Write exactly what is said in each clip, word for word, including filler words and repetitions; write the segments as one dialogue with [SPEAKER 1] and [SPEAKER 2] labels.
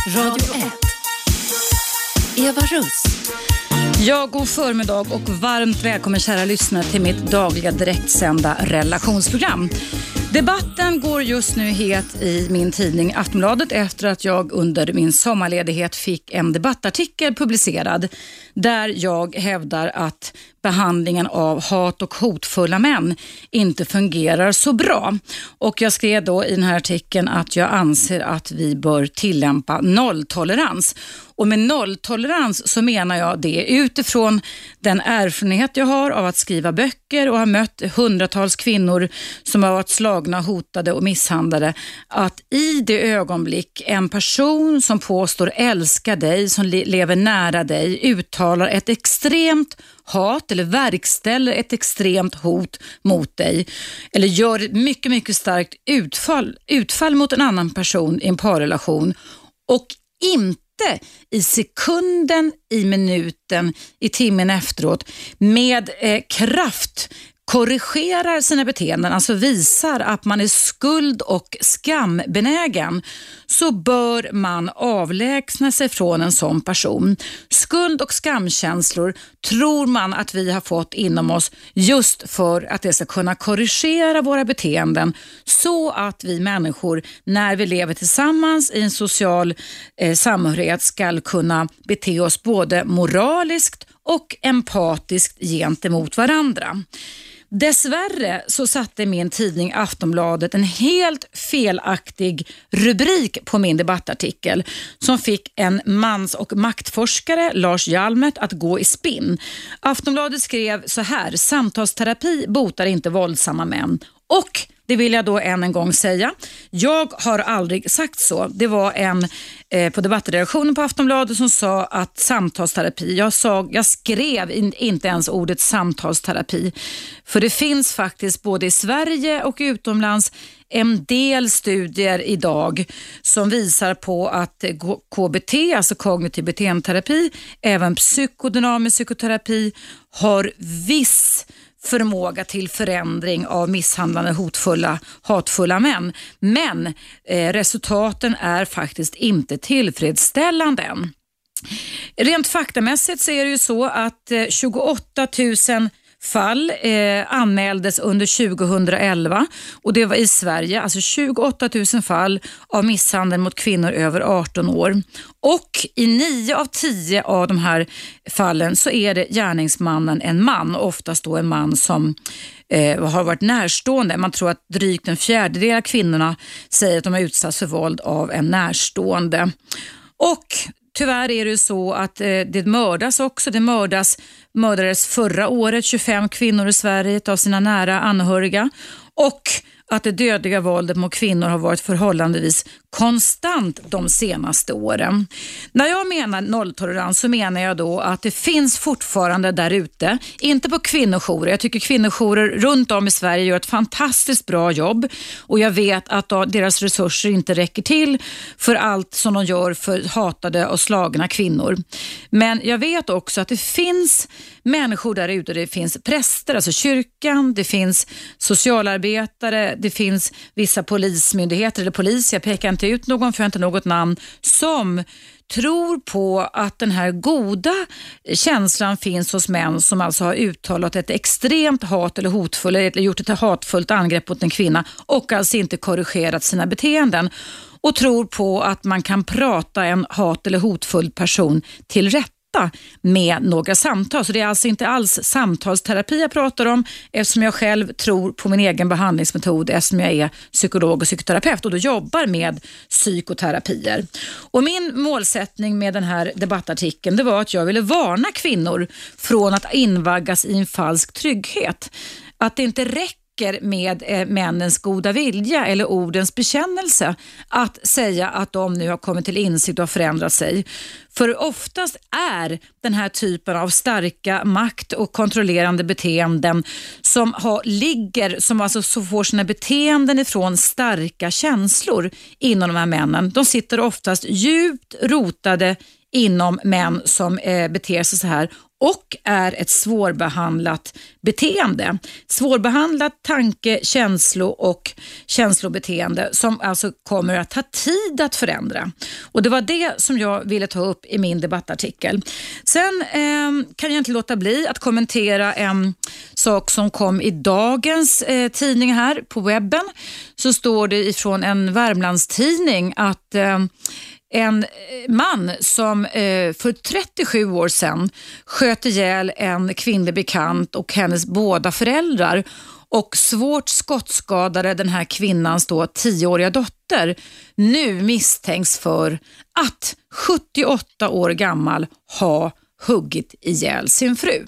[SPEAKER 1] Radio ett. Eva Russ.
[SPEAKER 2] Ja, god förmiddag och varmt välkommen kära lyssnare till mitt dagliga direktsända relationsprogram. Debatten går just nu het i min tidning Aftonbladet efter att jag under min sommarledighet fick en debattartikel publicerad där jag hävdar att behandlingen av hat och hotfulla män inte fungerar så bra. Och jag skrev då i den här artikeln att jag anser att vi bör tillämpa nolltolerans. Och med nolltolerans så menar jag det utifrån den erfarenhet jag har av att skriva böcker och har mött hundratals kvinnor som har varit slagna, hotade och misshandlade. Att i det ögonblick en person som påstår älska dig, som le- lever nära dig, uttalar ett extremt hat eller verkställer ett extremt hot mot dig eller gör ett mycket, mycket starkt utfall, utfall mot en annan person i en parrelation och inte i sekunden, i minuten, i timmen efteråt med eh, kraft korrigerar sina beteenden, alltså visar att man är skuld- och skambenägen, så bör man avlägsna sig från en sån person. Skuld- och skamkänslor tror man att vi har fått inom oss just för att det ska kunna korrigera våra beteenden så att vi människor, när vi lever tillsammans i en social eh, samhörighet, ska kunna bete oss både moraliskt och empatiskt gentemot varandra. Dessvärre så satte min tidning Aftonbladet en helt felaktig rubrik på min debattartikel som fick en mans- och maktforskare, Lars Hjalmert, att gå i spinn. Aftonbladet skrev så här: samtalsterapi botar inte våldsamma män. Och det vill jag då än en gång säga. Jag har aldrig sagt så. Det var en eh, på debattredaktionen på Aftonbladet som sa att samtalsterapi. Jag, sa, jag skrev in, inte ens ordet samtalsterapi. För det finns faktiskt både i Sverige och utomlands en del studier idag som visar på att K B T, alltså kognitiv beteendeterapi, även psykodynamisk psykoterapi har viss förmåga till förändring av misshandlande, hotfulla, hatfulla män. Men eh, resultaten är faktiskt inte tillfredsställande än. Rent faktamässigt så är det ju så att eh, tjugoåtta tusen fall eh, anmäldes under tjugohundraelva och det var i Sverige, alltså tjugoåtta tusen fall av misshandel mot kvinnor över arton år. Och i nio av tio av de här fallen så är det gärningsmannen en man, oftast då en man som eh, har varit närstående. Man tror att drygt en fjärdedel av kvinnorna säger att de har utsatts för våld av en närstående. Och tyvärr är det så att eh, det mördas också. Det mördas, mördades förra året tjugofem kvinnor i Sverige av sina nära anhöriga. Och att det dödliga våldet mot kvinnor har varit förhållandevis konstant de senaste åren. När jag menar nolltolerans så menar jag då att det finns fortfarande där ute, inte på kvinnojourer. Jag tycker kvinnojourer runt om i Sverige gör ett fantastiskt bra jobb och jag vet att deras resurser inte räcker till för allt som de gör för hatade och slagna kvinnor. Men jag vet också att det finns människor där ute, det finns präster, alltså kyrkan, det finns socialarbetare, det finns vissa polismyndigheter eller polis, jag pekar inte ut någon för jag har inte något namn, som tror på att den här goda känslan finns hos män som alltså har uttalat ett extremt hat eller hotfull eller gjort ett hatfullt angrepp mot en kvinna och alltså inte korrigerat sina beteenden och tror på att man kan prata en hat eller hotfull person till rätt med några samtal. Så det är alltså inte alls samtalsterapi jag pratar om eftersom jag själv tror på min egen behandlingsmetod eftersom jag är psykolog och psykoterapeut och då jobbar med psykoterapier. Och min målsättning med den här debattartikeln det var att jag ville varna kvinnor från att invaggas i en falsk trygghet. Att det inte räcker med eh, männens goda vilja eller ordens bekännelse att säga att de nu har kommit till insikt och förändrat sig. För oftast är den här typen av starka makt- och kontrollerande beteenden som har, ligger, som alltså så får sina beteenden ifrån starka känslor inom de här männen. De sitter oftast djupt rotade inom män som eh, beter sig så här och är ett svårbehandlat beteende. Svårbehandlat tanke-, känslo- och känslobeteende som alltså kommer att ta tid att förändra. Och det var det som jag ville ta upp i min debattartikel. Sen eh, kan jag inte låta bli att kommentera en sak som kom i dagens eh, tidning här på webben. Så står det ifrån en Värmlandstidning att eh, en man som eh, för trettiosju år sedan sköt ihjäl en kvinnlig bekant och hennes båda föräldrar och svårt skottskadade den här kvinnans då tioåriga dotter nu misstänks för att sjuttioåtta år gammal ha huggit ihjäl sin fru.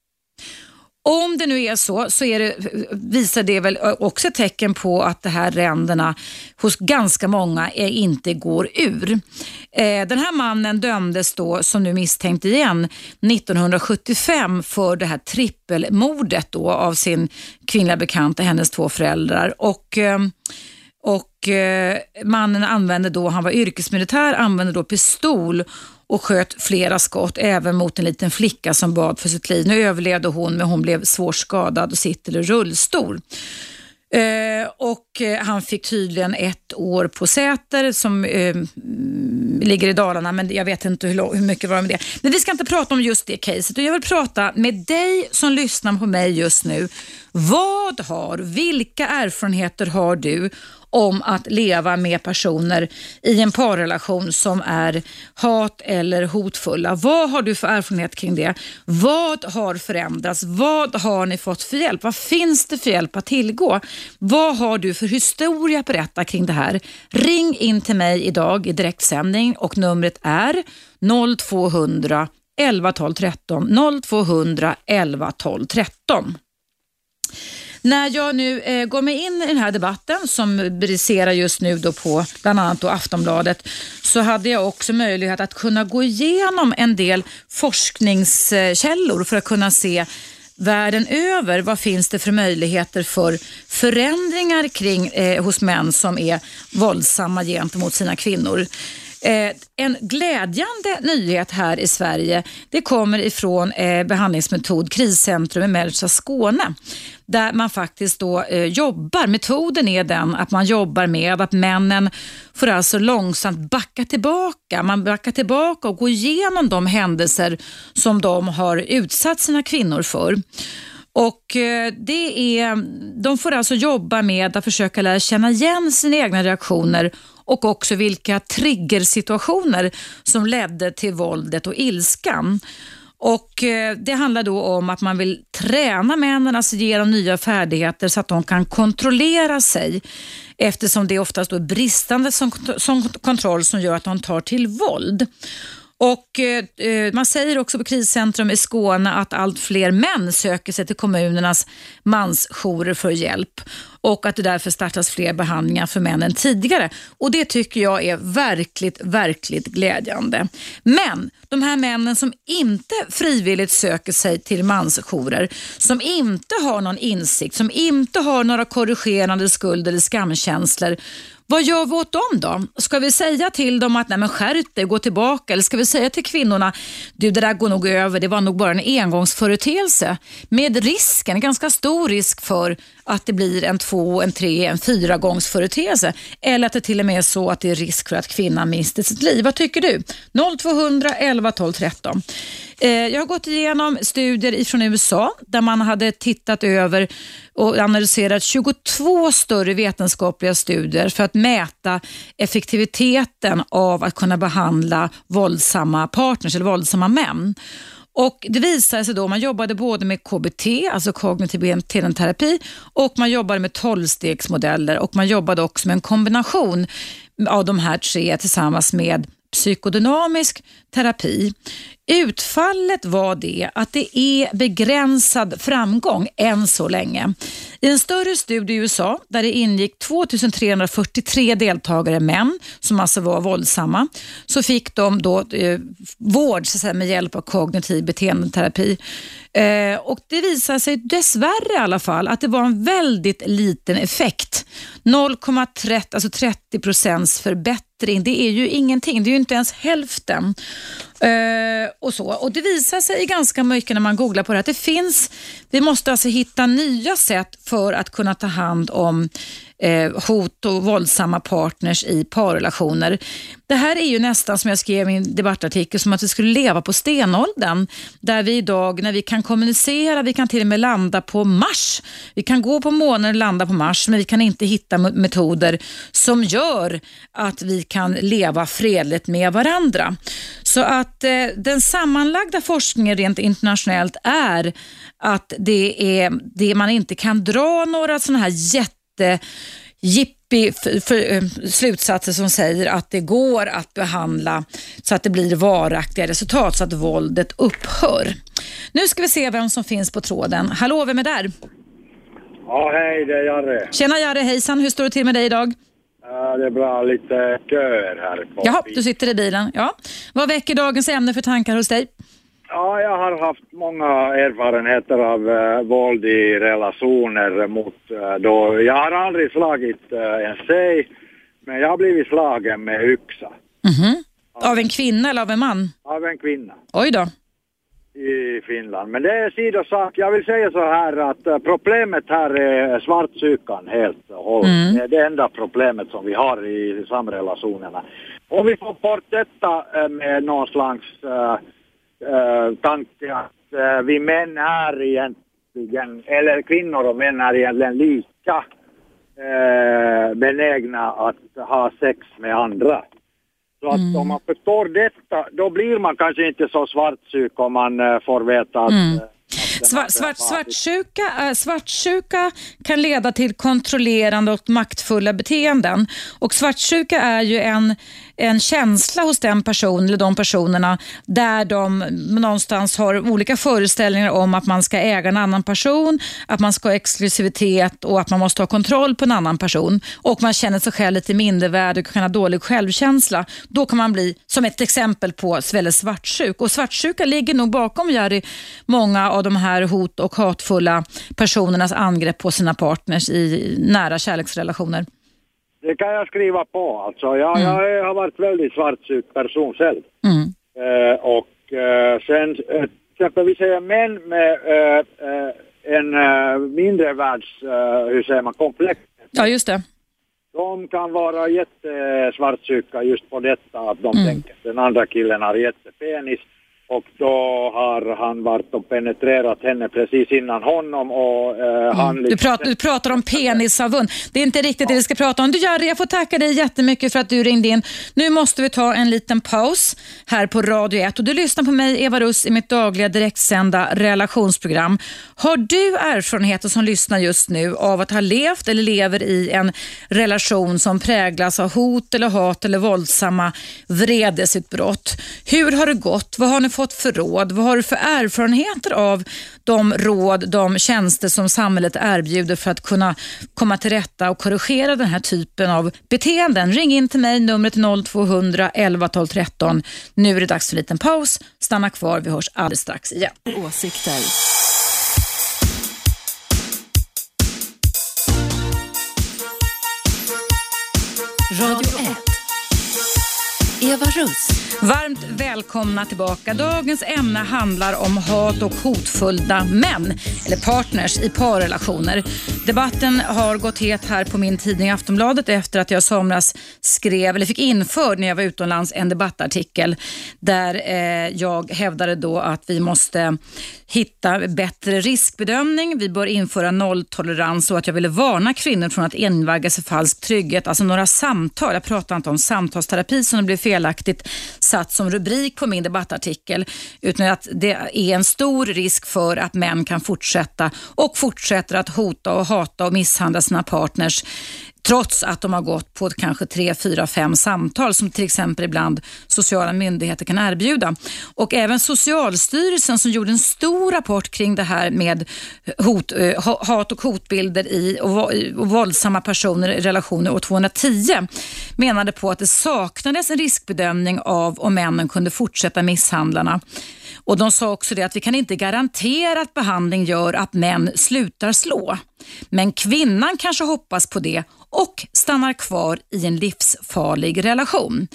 [SPEAKER 2] Om det nu är så, så är det, visar det väl också ett tecken på att det här ränderna hos ganska många är, inte går ur. Eh, den här mannen dömdes då, som nu misstänkt igen, nittonhundrasjuttiofem för det här trippelmordet då av sin kvinnliga bekanta, hennes två föräldrar. Och... Eh, Och eh, mannen använde då, han var yrkesmilitär, använde då pistol och sköt flera skott även mot en liten flicka som bad för sitt liv. Nu överlevde hon, men hon blev svårt skadad och sitter i rullstol. Eh, och eh, han fick tydligen ett år på Säter som eh, ligger i Dalarna, men jag vet inte hur, hur mycket var det med det. Men vi ska inte prata om just det caset, och jag vill prata med dig som lyssnar på mig just nu. Vad har, vilka erfarenheter har du om att leva med personer i en parrelation som är hat- eller hotfulla? Vad har du för erfarenhet kring det? Vad har förändrats? Vad har ni fått för hjälp? Vad finns det för hjälp att tillgå? Vad har du för historia att berätta kring det här? Ring in till mig idag i direktsändning och numret är noll två hundra elva tolv tretton noll två hundra elva tolv tretton. När jag nu eh, går mig in i den här debatten som briserar just nu då på bland annat då Aftonbladet, så hade jag också möjlighet att kunna gå igenom en del forskningskällor för att kunna se världen över vad finns det för möjligheter för förändringar kring eh, hos män som är våldsamma gentemot sina kvinnor. Eh, en glädjande nyhet här i Sverige, det kommer ifrån eh, behandlingsmetod Kriscentrum i Mellersta Skåne, där man faktiskt då eh, jobbar. Metoden är den att man jobbar med att männen får alltså långsamt backa tillbaka. Man backar tillbaka och går igenom de händelser som de har utsatt sina kvinnor för. Och eh, det är, de får alltså jobba med att försöka lära känna igen sina egna reaktioner och också vilka triggersituationer som ledde till våldet och ilskan. Och eh, det handlar då om att man vill träna männen, alltså ge dem nya färdigheter så att de kan kontrollera sig, eftersom det oftast då är bristande som, som kontroll som gör att de tar till våld. Och eh, man säger också på Kriscentrum i Skåne att allt fler män söker sig till kommunernas mansjourer för hjälp och att det därför startas fler behandlingar för männen tidigare. Och det tycker jag är verkligt, verkligt glädjande. Men de här männen som inte frivilligt söker sig till mansjourer, som inte har någon insikt, som inte har några korrigerande skuld- eller skamkänslor, vad gör vi åt dem då? Ska vi säga till dem att nej men skärp dig, gå tillbaka? Eller ska vi säga till kvinnorna, du det där går nog över, det var nog bara en engångsföreteelse? Med risken, en ganska stor risk för att det blir en två, en tre, en fyra gångs företeelse. Eller att det till och med är så att det är risk för att kvinnan mister sitt liv. Vad tycker du? noll två hundra elva tolv tretton. Jag har gått igenom studier ifrån U S A där man hade tittat över och analyserat tjugotvå större vetenskapliga studier för att mäta effektiviteten av att kunna behandla våldsamma partners eller våldsamma män. Och det visade sig då, man jobbade både med K B T, alltså kognitiv beteendeterapi, och man jobbade med tolvstegsmodeller och man jobbade också med en kombination av de här tre tillsammans med psykodynamisk terapi. Utfallet var det att det är begränsad framgång än så länge. I en större studie i U S A där det ingick tvåtusen-trehundrafyrtiotre deltagare män som alltså var våldsamma, så fick de då eh, vård så att säga, med hjälp av kognitiv beteendeterapi. Eh, och det visade sig dessvärre i alla fall att det var en väldigt liten effekt. noll komma trettio, alltså trettio procents förbättring. Det är ju ingenting, det är ju inte ens hälften. Uh, och så. Och det visar sig ganska mycket när man googlar på det här. Det finns, vi måste alltså hitta nya sätt för att kunna ta hand om eh, hot och våldsamma partners i parrelationer. Det här är ju nästan, som jag skrev i min debattartikel, som att vi skulle leva på stenåldern. Där vi idag, när vi kan kommunicera, vi kan till och med landa på Mars. Vi kan gå på månen och landa på Mars, men vi kan inte hitta metoder som gör att vi kan leva fredligt med varandra. Så att eh, den sammanlagda forskningen rent internationellt är att det är det man inte kan dra några sådana här jätte jippi för, för, slutsatser som säger att det går att behandla så att det blir varaktiga resultat, så att våldet upphör. Nu ska vi se vem som finns på tråden. Hallå, vem är där?
[SPEAKER 3] Ja, hej, det är Jarre.
[SPEAKER 2] Tjena Jarre, hejsan. Hur står det till med dig idag?
[SPEAKER 3] Ja, det är bra, lite köer här på.
[SPEAKER 2] Jaha, du sitter i bilen. Ja. Vad väcker dagens ämne för tankar hos dig?
[SPEAKER 3] Ja, jag har haft många erfarenheter av uh, våld i relationer mot uh, då. Jag har aldrig slagit uh, en tjej, men jag har blivit slagen med yxa.
[SPEAKER 2] Mhm. Av en kvinna eller av en man?
[SPEAKER 3] Av en kvinna.
[SPEAKER 2] Oj då.
[SPEAKER 3] I Finland. Men det är sidosak. Jag vill säga så här att uh, problemet här är svartsykan helt och hållet. Mm. Det är det enda problemet som vi har i samrelationerna. Om vi får bort detta uh, med någon slags uh, uh, tanke att uh, vi män är egentligen, eller kvinnor och män är egentligen lika uh, benägna att ha sex med andra. Så att mm. om man förstår detta, då blir man kanske inte så svartsjuk om man uh, får veta att... Mm. Uh,
[SPEAKER 2] Svart, svart, svartsjuka, äh, svartsjuka kan leda till kontrollerande och maktfulla beteenden. Och svartsjuka är ju en, en känsla hos den personen eller de personerna där de någonstans har olika föreställningar om att man ska äga en annan person, att man ska ha exklusivitet och att man måste ha kontroll på en annan person. Och man känner sig själv lite mindervärd och kan ha dålig självkänsla. Då kan man bli, som ett exempel på, väldigt svartsjuk. Och svartsjuka ligger nog bakom, Jerry, många av de här hot- och hatfulla personernas angrepp på sina partners i nära kärleksrelationer.
[SPEAKER 3] Det kan jag skriva på. Alltså, jag, mm. jag har varit väldigt svartsjuk person själv. Mm. Eh, och eh, sen, eh, vi säger män med eh, en eh, mindre världs, eh, hur säger man, komplex.
[SPEAKER 2] Ja, just det.
[SPEAKER 3] De kan vara jättesvartsjuka just på detta, att de mm. tänker att den andra killen har jättepenis. Och då har han varit och penetrerat henne precis innan honom. Och, eh, han
[SPEAKER 2] mm. du, pratar, du pratar om penisavund. Det är inte riktigt ja. det vi ska prata om. Du, Jerry, jag får tacka dig jättemycket för att du ringde in. Nu måste vi ta en liten paus här på Radio ett. Och du lyssnar på mig, Eva Russ, i mitt dagliga direktsända relationsprogram. Har du erfarenheter som lyssnar just nu av att ha levt eller lever i en relation som präglas av hot eller hat eller våldsamma vredesutbrott? Hur har det gått? Vad har ni fått för råd? Vad har du för erfarenheter av de råd, de tjänster som samhället erbjuder för att kunna komma till rätta och korrigera den här typen av beteenden? Ring in till mig, numret noll två hundra elva tolv tretton. Nu är det dags för en liten paus. Stanna kvar, vi hörs alldeles strax igen.
[SPEAKER 1] Åsikter. Radio ett. Eva Russ.
[SPEAKER 2] Varmt välkomna tillbaka. Dagens ämne handlar om hat och hotfulla män eller partners i parrelationer. Debatten har gått het här på min tidning Aftonbladet efter att jag somras skrev, eller fick införd när jag var utomlands, en debattartikel där eh, jag hävdade då att vi måste hitta bättre riskbedömning. Vi bör införa nolltolerans och att jag ville varna kvinnor från att invaggas i falsk trygghet. Alltså några samtal, jag pratar inte om samtalsterapi som det blev felaktigt satt som rubrik på min debattartikel, utan att det är en stor risk för att män kan fortsätta och fortsätter att hota och hata och misshandla sina partners trots att de har gått på kanske tre, fyra, fem samtal som till exempel ibland sociala myndigheter kan erbjuda. Och även Socialstyrelsen som gjorde en stor rapport kring det här med hot, hat och hotbilder i och, och våldsamma personer i relationer år tvåhundratio menade på att det saknades en riskbedömning av om männen kunde fortsätta misshandlarna. Och de sa också det att vi kan inte garantera att behandling gör att män slutar slå. Men kvinnan kanske hoppas på det och stannar kvar i en livsfarlig relation.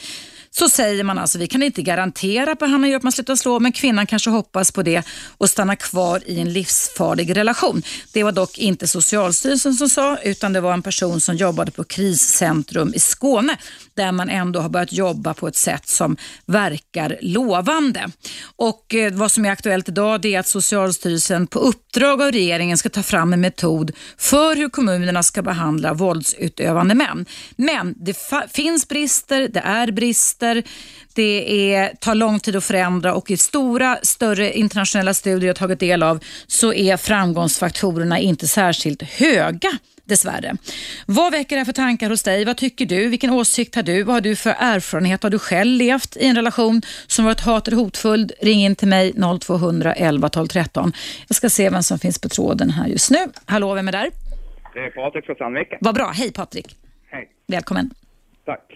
[SPEAKER 2] så säger man alltså, vi kan inte garantera på han gör att man slutar slå, men kvinnan kanske hoppas på det och stannar kvar i en livsfarlig relation. Det var dock inte Socialstyrelsen som sa, utan det var en person som jobbade på kriscentrum i Skåne, där man ändå har börjat jobba på ett sätt som verkar lovande. Och eh, vad som är aktuellt idag, det är att Socialstyrelsen på uppdrag av regeringen ska ta fram en metod för hur kommunerna ska behandla våldsutövande män. Men det fa- finns brister, det är brister, det är, tar lång tid att förändra, och i stora, större internationella studier jag tagit del av så är framgångsfaktorerna inte särskilt höga, dessvärre. Vad väcker det för tankar hos dig? Vad tycker du? Vilken åsikt har du? Vad har du för erfarenhet? Har du själv levt i en relation som varit hat eller hotfull? Ring in till mig noll två hundra elva tolv tretton. Jag ska se vem som finns på tråden här just nu. Hallå, vem är där?
[SPEAKER 4] Det är Patrik från Sandviken.
[SPEAKER 2] Vad bra. Hej Patrik.
[SPEAKER 4] Hej.
[SPEAKER 2] Välkommen.
[SPEAKER 4] Tack.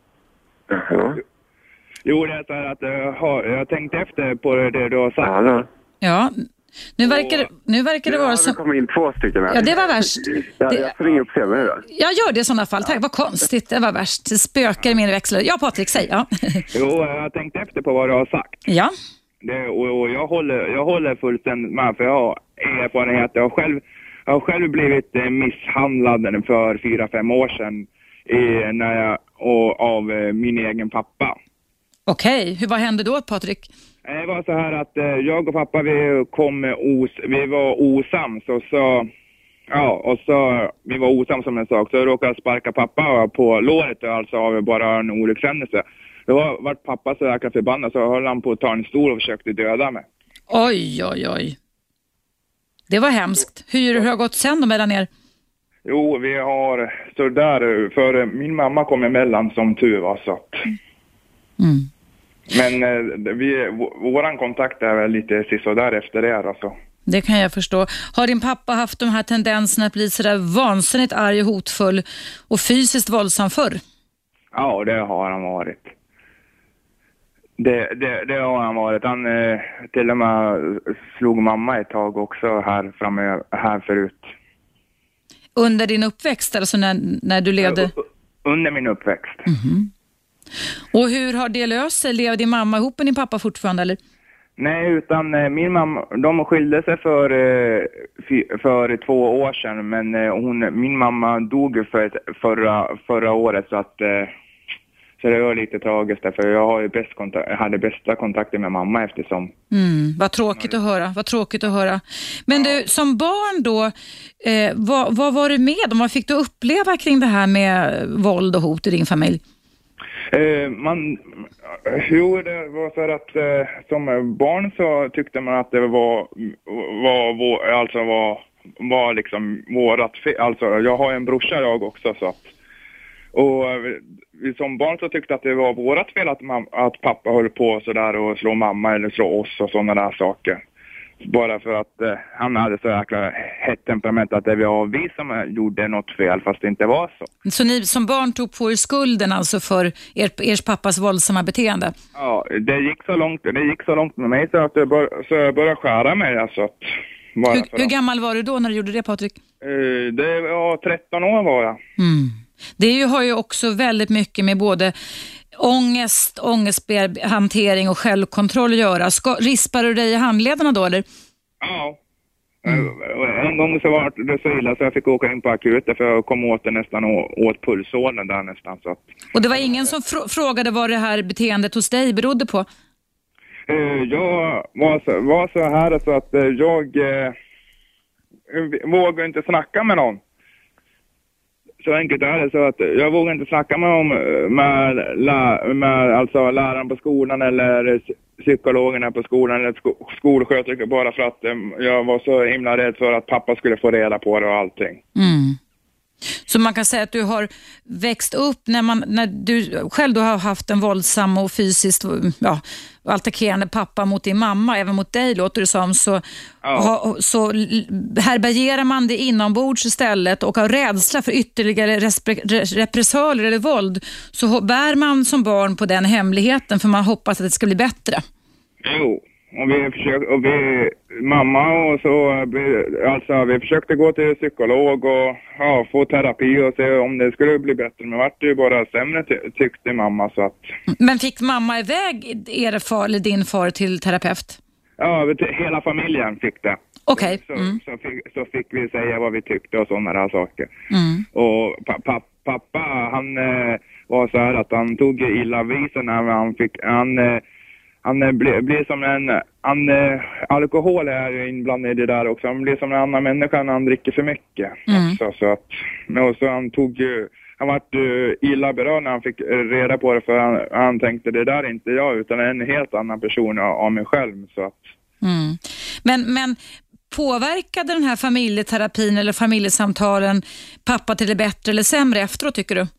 [SPEAKER 5] Ja.
[SPEAKER 4] Jo, det är så här att jag har, jag tänkt efter på det du har sagt.
[SPEAKER 5] Hallå.
[SPEAKER 2] Ja, nu verkar, det- nu verkar det
[SPEAKER 5] Nu
[SPEAKER 2] vara
[SPEAKER 5] har
[SPEAKER 2] som...
[SPEAKER 5] det kommit in två stycken här.
[SPEAKER 2] Ja, det var värst.
[SPEAKER 5] Ja,
[SPEAKER 2] Det-
[SPEAKER 5] jag får ringa upp senare då.
[SPEAKER 2] Jag gör det i sådana fall. Tack, vad konstigt. Det var värst. Det spökar i min växel. Ja, Patrik, säg. Ja.
[SPEAKER 4] Jo, jag har tänkt efter på vad du har sagt.
[SPEAKER 2] Ja.
[SPEAKER 4] Det, och, och jag håller, jag håller fullständigt med, för jag har erfarenhet. Jag har själv, jag har själv blivit eh, misshandlad för fyra, fem år sedan i, när jag, och, av eh, min egen pappa.
[SPEAKER 2] Okej, hur vad hände då, Patrik?
[SPEAKER 4] Det var så här att eh, jag och pappa, vi kom os, vi var osams och så, ja, och så, vi var osams om en sak, så jag råkade sparka pappa på låret, alltså av bara en olyckshändelse. Då var, var pappa så jäkla förbannad, så höll han på att ta en stol och försökte döda mig.
[SPEAKER 2] Oj, oj, oj. Det var hemskt. Hur, hur har det gått sen då mellan er?
[SPEAKER 4] Jo, vi har så där, för min mamma kom emellan som tur var, så att.
[SPEAKER 2] Mm.
[SPEAKER 4] Men eh, vi, våran kontakt är väl lite sisådär efter det, alltså.
[SPEAKER 2] Det kan jag förstå. Har din pappa haft de här tendenserna att bli sådär vansinnigt arg och hotfull och fysiskt våldsam förr?
[SPEAKER 4] Ja, det har han varit. Det, det, det har han varit. Han eh, till och med slog mamma ett tag också här framme, här förut.
[SPEAKER 2] Under din uppväxt, alltså när, när du levde?
[SPEAKER 4] U- under min uppväxt.
[SPEAKER 2] Mm. Och hur har det löst sig? Lever din mamma ihop med din pappa fortfarande, eller?
[SPEAKER 4] Nej, utan eh, min mamma, de skilde sig för, eh, fy, för två år sedan, men eh, hon, min mamma dog för ett, förra, förra året, så att eh, så det var lite tragiskt där, för jag har ju bäst kontakt, hade bästa kontakter med mamma eftersom.
[SPEAKER 2] Mm, vad tråkigt att höra, vad tråkigt att höra. Men du, som barn då, eh, vad, vad var du med om? Vad fick du uppleva kring det här med våld och hot i din familj?
[SPEAKER 4] Eh, man, jo, det var för att eh, som barn så tyckte man att det var, var, var alltså var, var liksom vårat fel. Alltså jag har en brorsa jag också, så att, och vi som barn så tyckte att det var vårat fel att, mam- att pappa höll på så där och slå mamma eller slå oss och sådana där saker. Bara för att eh, han hade så jäkla hett temperament att det var vi som gjorde något fel, fast det inte var så.
[SPEAKER 2] Så ni som barn tog på er skulden alltså för er, ers pappas våldsamma beteende?
[SPEAKER 4] Ja, det gick så långt, det gick så långt med mig så att jag, bör, så jag började skära mig. Alltså, att, bara
[SPEAKER 2] Hur,
[SPEAKER 4] för
[SPEAKER 2] hur
[SPEAKER 4] att,
[SPEAKER 2] gammal var du då när du gjorde det, Patrik?
[SPEAKER 4] eh, det var tretton år var jag.
[SPEAKER 2] Mm. Det är ju, har ju också väldigt mycket med både ångest, ångesthantering och självkontroll att göra. Ska, rispar du dig i handlederna då, eller?
[SPEAKER 4] Ja. Mm. En gång så var det så illa så jag fick åka in på akuten, för jag kom åt det nästan å, åt pulsådern där nästan. Så att,
[SPEAKER 2] Och det var ingen som fr- frågade vad det här beteendet hos dig berodde på?
[SPEAKER 4] eh, jag var så, var så här så att eh, jag eh, vågade inte snacka med någon. Så enkelt är det, så att jag vågar inte snacka med om med, med, med alltså läraren på skolan eller psykologerna på skolan eller sko, skolsköterskor, bara för att um, jag var så himla rädd för att pappa skulle få reda på det och allting.
[SPEAKER 2] Mm. Så man kan säga att du har växt upp när, man, när du själv då har haft en våldsam och fysiskt ja, attackerande pappa mot din mamma, även mot dig låter det som, så,
[SPEAKER 4] Ja.
[SPEAKER 2] ha, så härbärgerar man det inombords istället och av rädsla för ytterligare respre- repressalier eller våld, så bär man som barn på den hemligheten för man hoppas att det ska bli bättre.
[SPEAKER 4] Jo, Och vi försökte, och vi, mamma och så, alltså vi försökte gå till psykolog och ja, få terapi och se om det skulle bli bättre. Men vart det ju bara sämre ty- tyckte mamma så att...
[SPEAKER 2] Men fick mamma iväg er far eller din far till terapeut?
[SPEAKER 4] Ja, vet du, hela familjen fick det.
[SPEAKER 2] Okej.
[SPEAKER 4] Okay.
[SPEAKER 2] Mm.
[SPEAKER 4] Så, så, fick, så fick vi säga vad vi tyckte och sådana där saker.
[SPEAKER 2] Mm.
[SPEAKER 4] Och pa, pa, pappa, han eh, var så här att han tog illa vid sig när han fick... Han, eh, Han eh, blev, blev som en... Han, eh, alkohol är ju inblandad i det där också. Han blir som en annan människa när han dricker för mycket.
[SPEAKER 2] Mm.
[SPEAKER 4] Också, så att, men så han tog ju... Han var uh, illa berörd när han fick reda på det, för han, han tänkte det där är inte jag utan en helt annan person av, av mig själv. Så att...
[SPEAKER 2] mm. men, men påverkade den här familjeterapin eller familjesamtalen pappa till det bättre eller sämre efteråt, tycker du?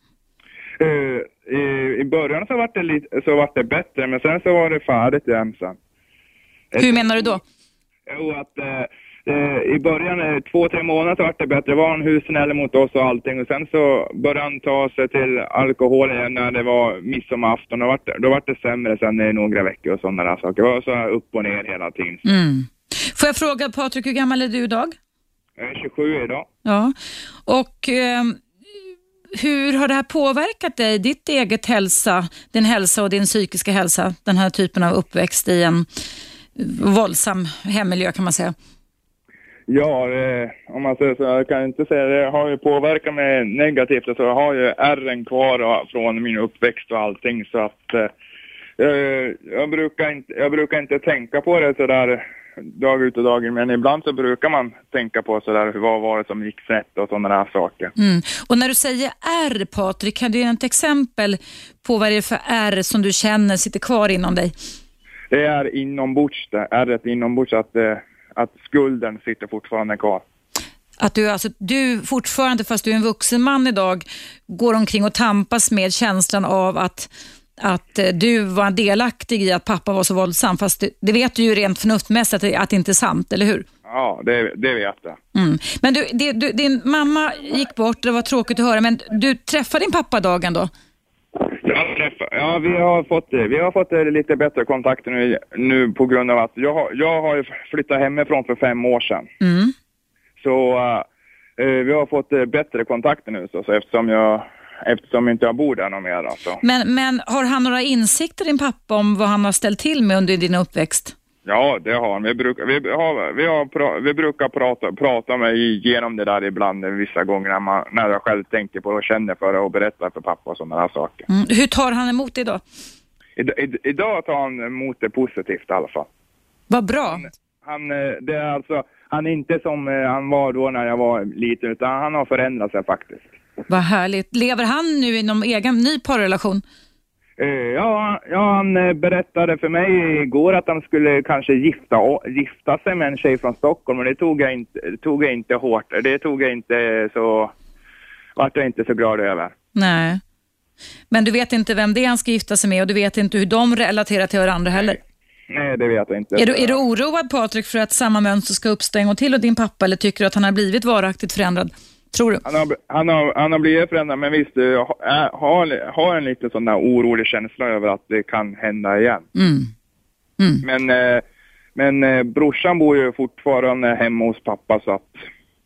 [SPEAKER 4] Uh, i, I början så var det lite, så var det bättre, men sen så var det färdigt igen sen.
[SPEAKER 2] Hur menar du då?
[SPEAKER 4] Jo, att uh, i början, uh, två, tre månader så var det bättre. Det var en husen mot oss och allting. Och sen så började han ta sig till alkohol igen när det var midsommarafton. Då var det, då var det sämre sen i några veckor och sådana där saker. Det var så här upp och ner hela tiden.
[SPEAKER 2] Mm. Får jag fråga, Patrik, hur gammal är du idag?
[SPEAKER 4] Jag är tjugosju idag.
[SPEAKER 2] Ja, och... Eh... hur har det här påverkat dig, ditt eget hälsa, din hälsa och din psykiska hälsa, den här typen av uppväxt i en våldsam hemmiljö, kan man säga?
[SPEAKER 4] Ja, det, om man säger så, jag kan inte säga det har ju påverkat mig negativt, så jag har ju ärren kvar från min uppväxt och allting, så att eh, jag, brukar inte, jag brukar inte tänka på det så där dag ut och dag in, men ibland så brukar man tänka på så där, vad var det som gick snett och sådana där saker.
[SPEAKER 2] Mm. Och när du säger R, Patrik, kan du ge ett exempel på vad det är för R som du känner sitter kvar inom dig?
[SPEAKER 4] Det är inombords, det ärret inombords, att, att skulden sitter fortfarande kvar.
[SPEAKER 2] Att du, alltså, du fortfarande, fast du är en vuxen man idag, går omkring och tampas med känslan av att att du var delaktig i att pappa var så våldsam, fast det, det vet du ju rent förnuftmässigt att det, att det inte är sant, eller hur?
[SPEAKER 4] Ja, det, det vet jag.
[SPEAKER 2] Mm. Men du, det, du, din mamma gick bort, det var tråkigt att höra, men du träffade din pappa dagen då?
[SPEAKER 4] Jag träffar, ja, vi har fått vi har fått lite bättre kontakter nu, nu på grund av att jag har, jag har flyttat hemifrån för fem år sedan.
[SPEAKER 2] Mm.
[SPEAKER 4] Så uh, vi har fått bättre kontakter nu, så, så eftersom jag Eftersom inte jag bor där någon mer. Alltså.
[SPEAKER 2] Men, men har han några insikter, din pappa, om vad han har ställt till med under din uppväxt?
[SPEAKER 4] Ja, det har han. Vi brukar, vi har, vi har, vi brukar prata, prata med igenom det där ibland, vissa gånger när, man, när jag själv tänker på det och känner för det och berättar för pappa och sådana här saker.
[SPEAKER 2] Mm. Hur tar han emot det då?
[SPEAKER 4] I, i, idag tar han emot det positivt i alla fall.
[SPEAKER 2] Vad bra.
[SPEAKER 4] Han, han, det är alltså, han är inte som han var då när jag var liten, utan han har förändrat sig faktiskt.
[SPEAKER 2] Vad härligt. Lever han nu i någon egen ny parrelation?
[SPEAKER 4] Uh, ja, ja, han berättade för mig igår att han skulle kanske gifta, gifta sig med en tjej från Stockholm, och det tog jag inte, tog jag inte hårt. Det tog jag inte så... Vart jag inte så glad över.
[SPEAKER 2] Nej. Men du vet inte vem det är han ska gifta sig med, och du vet inte hur de relaterar till varandra heller?
[SPEAKER 4] Nej, Nej det vet jag inte.
[SPEAKER 2] Är du, är du oroad, Patrik, för att samma mönster ska uppstå en gång till och din pappa, eller tycker du att han har blivit varaktigt förändrad? Tror du?
[SPEAKER 4] Han har, han har, han har blivit förändrad, men visst, jag har, har en lite sån där orolig känsla över att det kan hända igen.
[SPEAKER 2] Mm. Mm.
[SPEAKER 4] Men, men brorsan bor ju fortfarande hemma hos pappa, så att...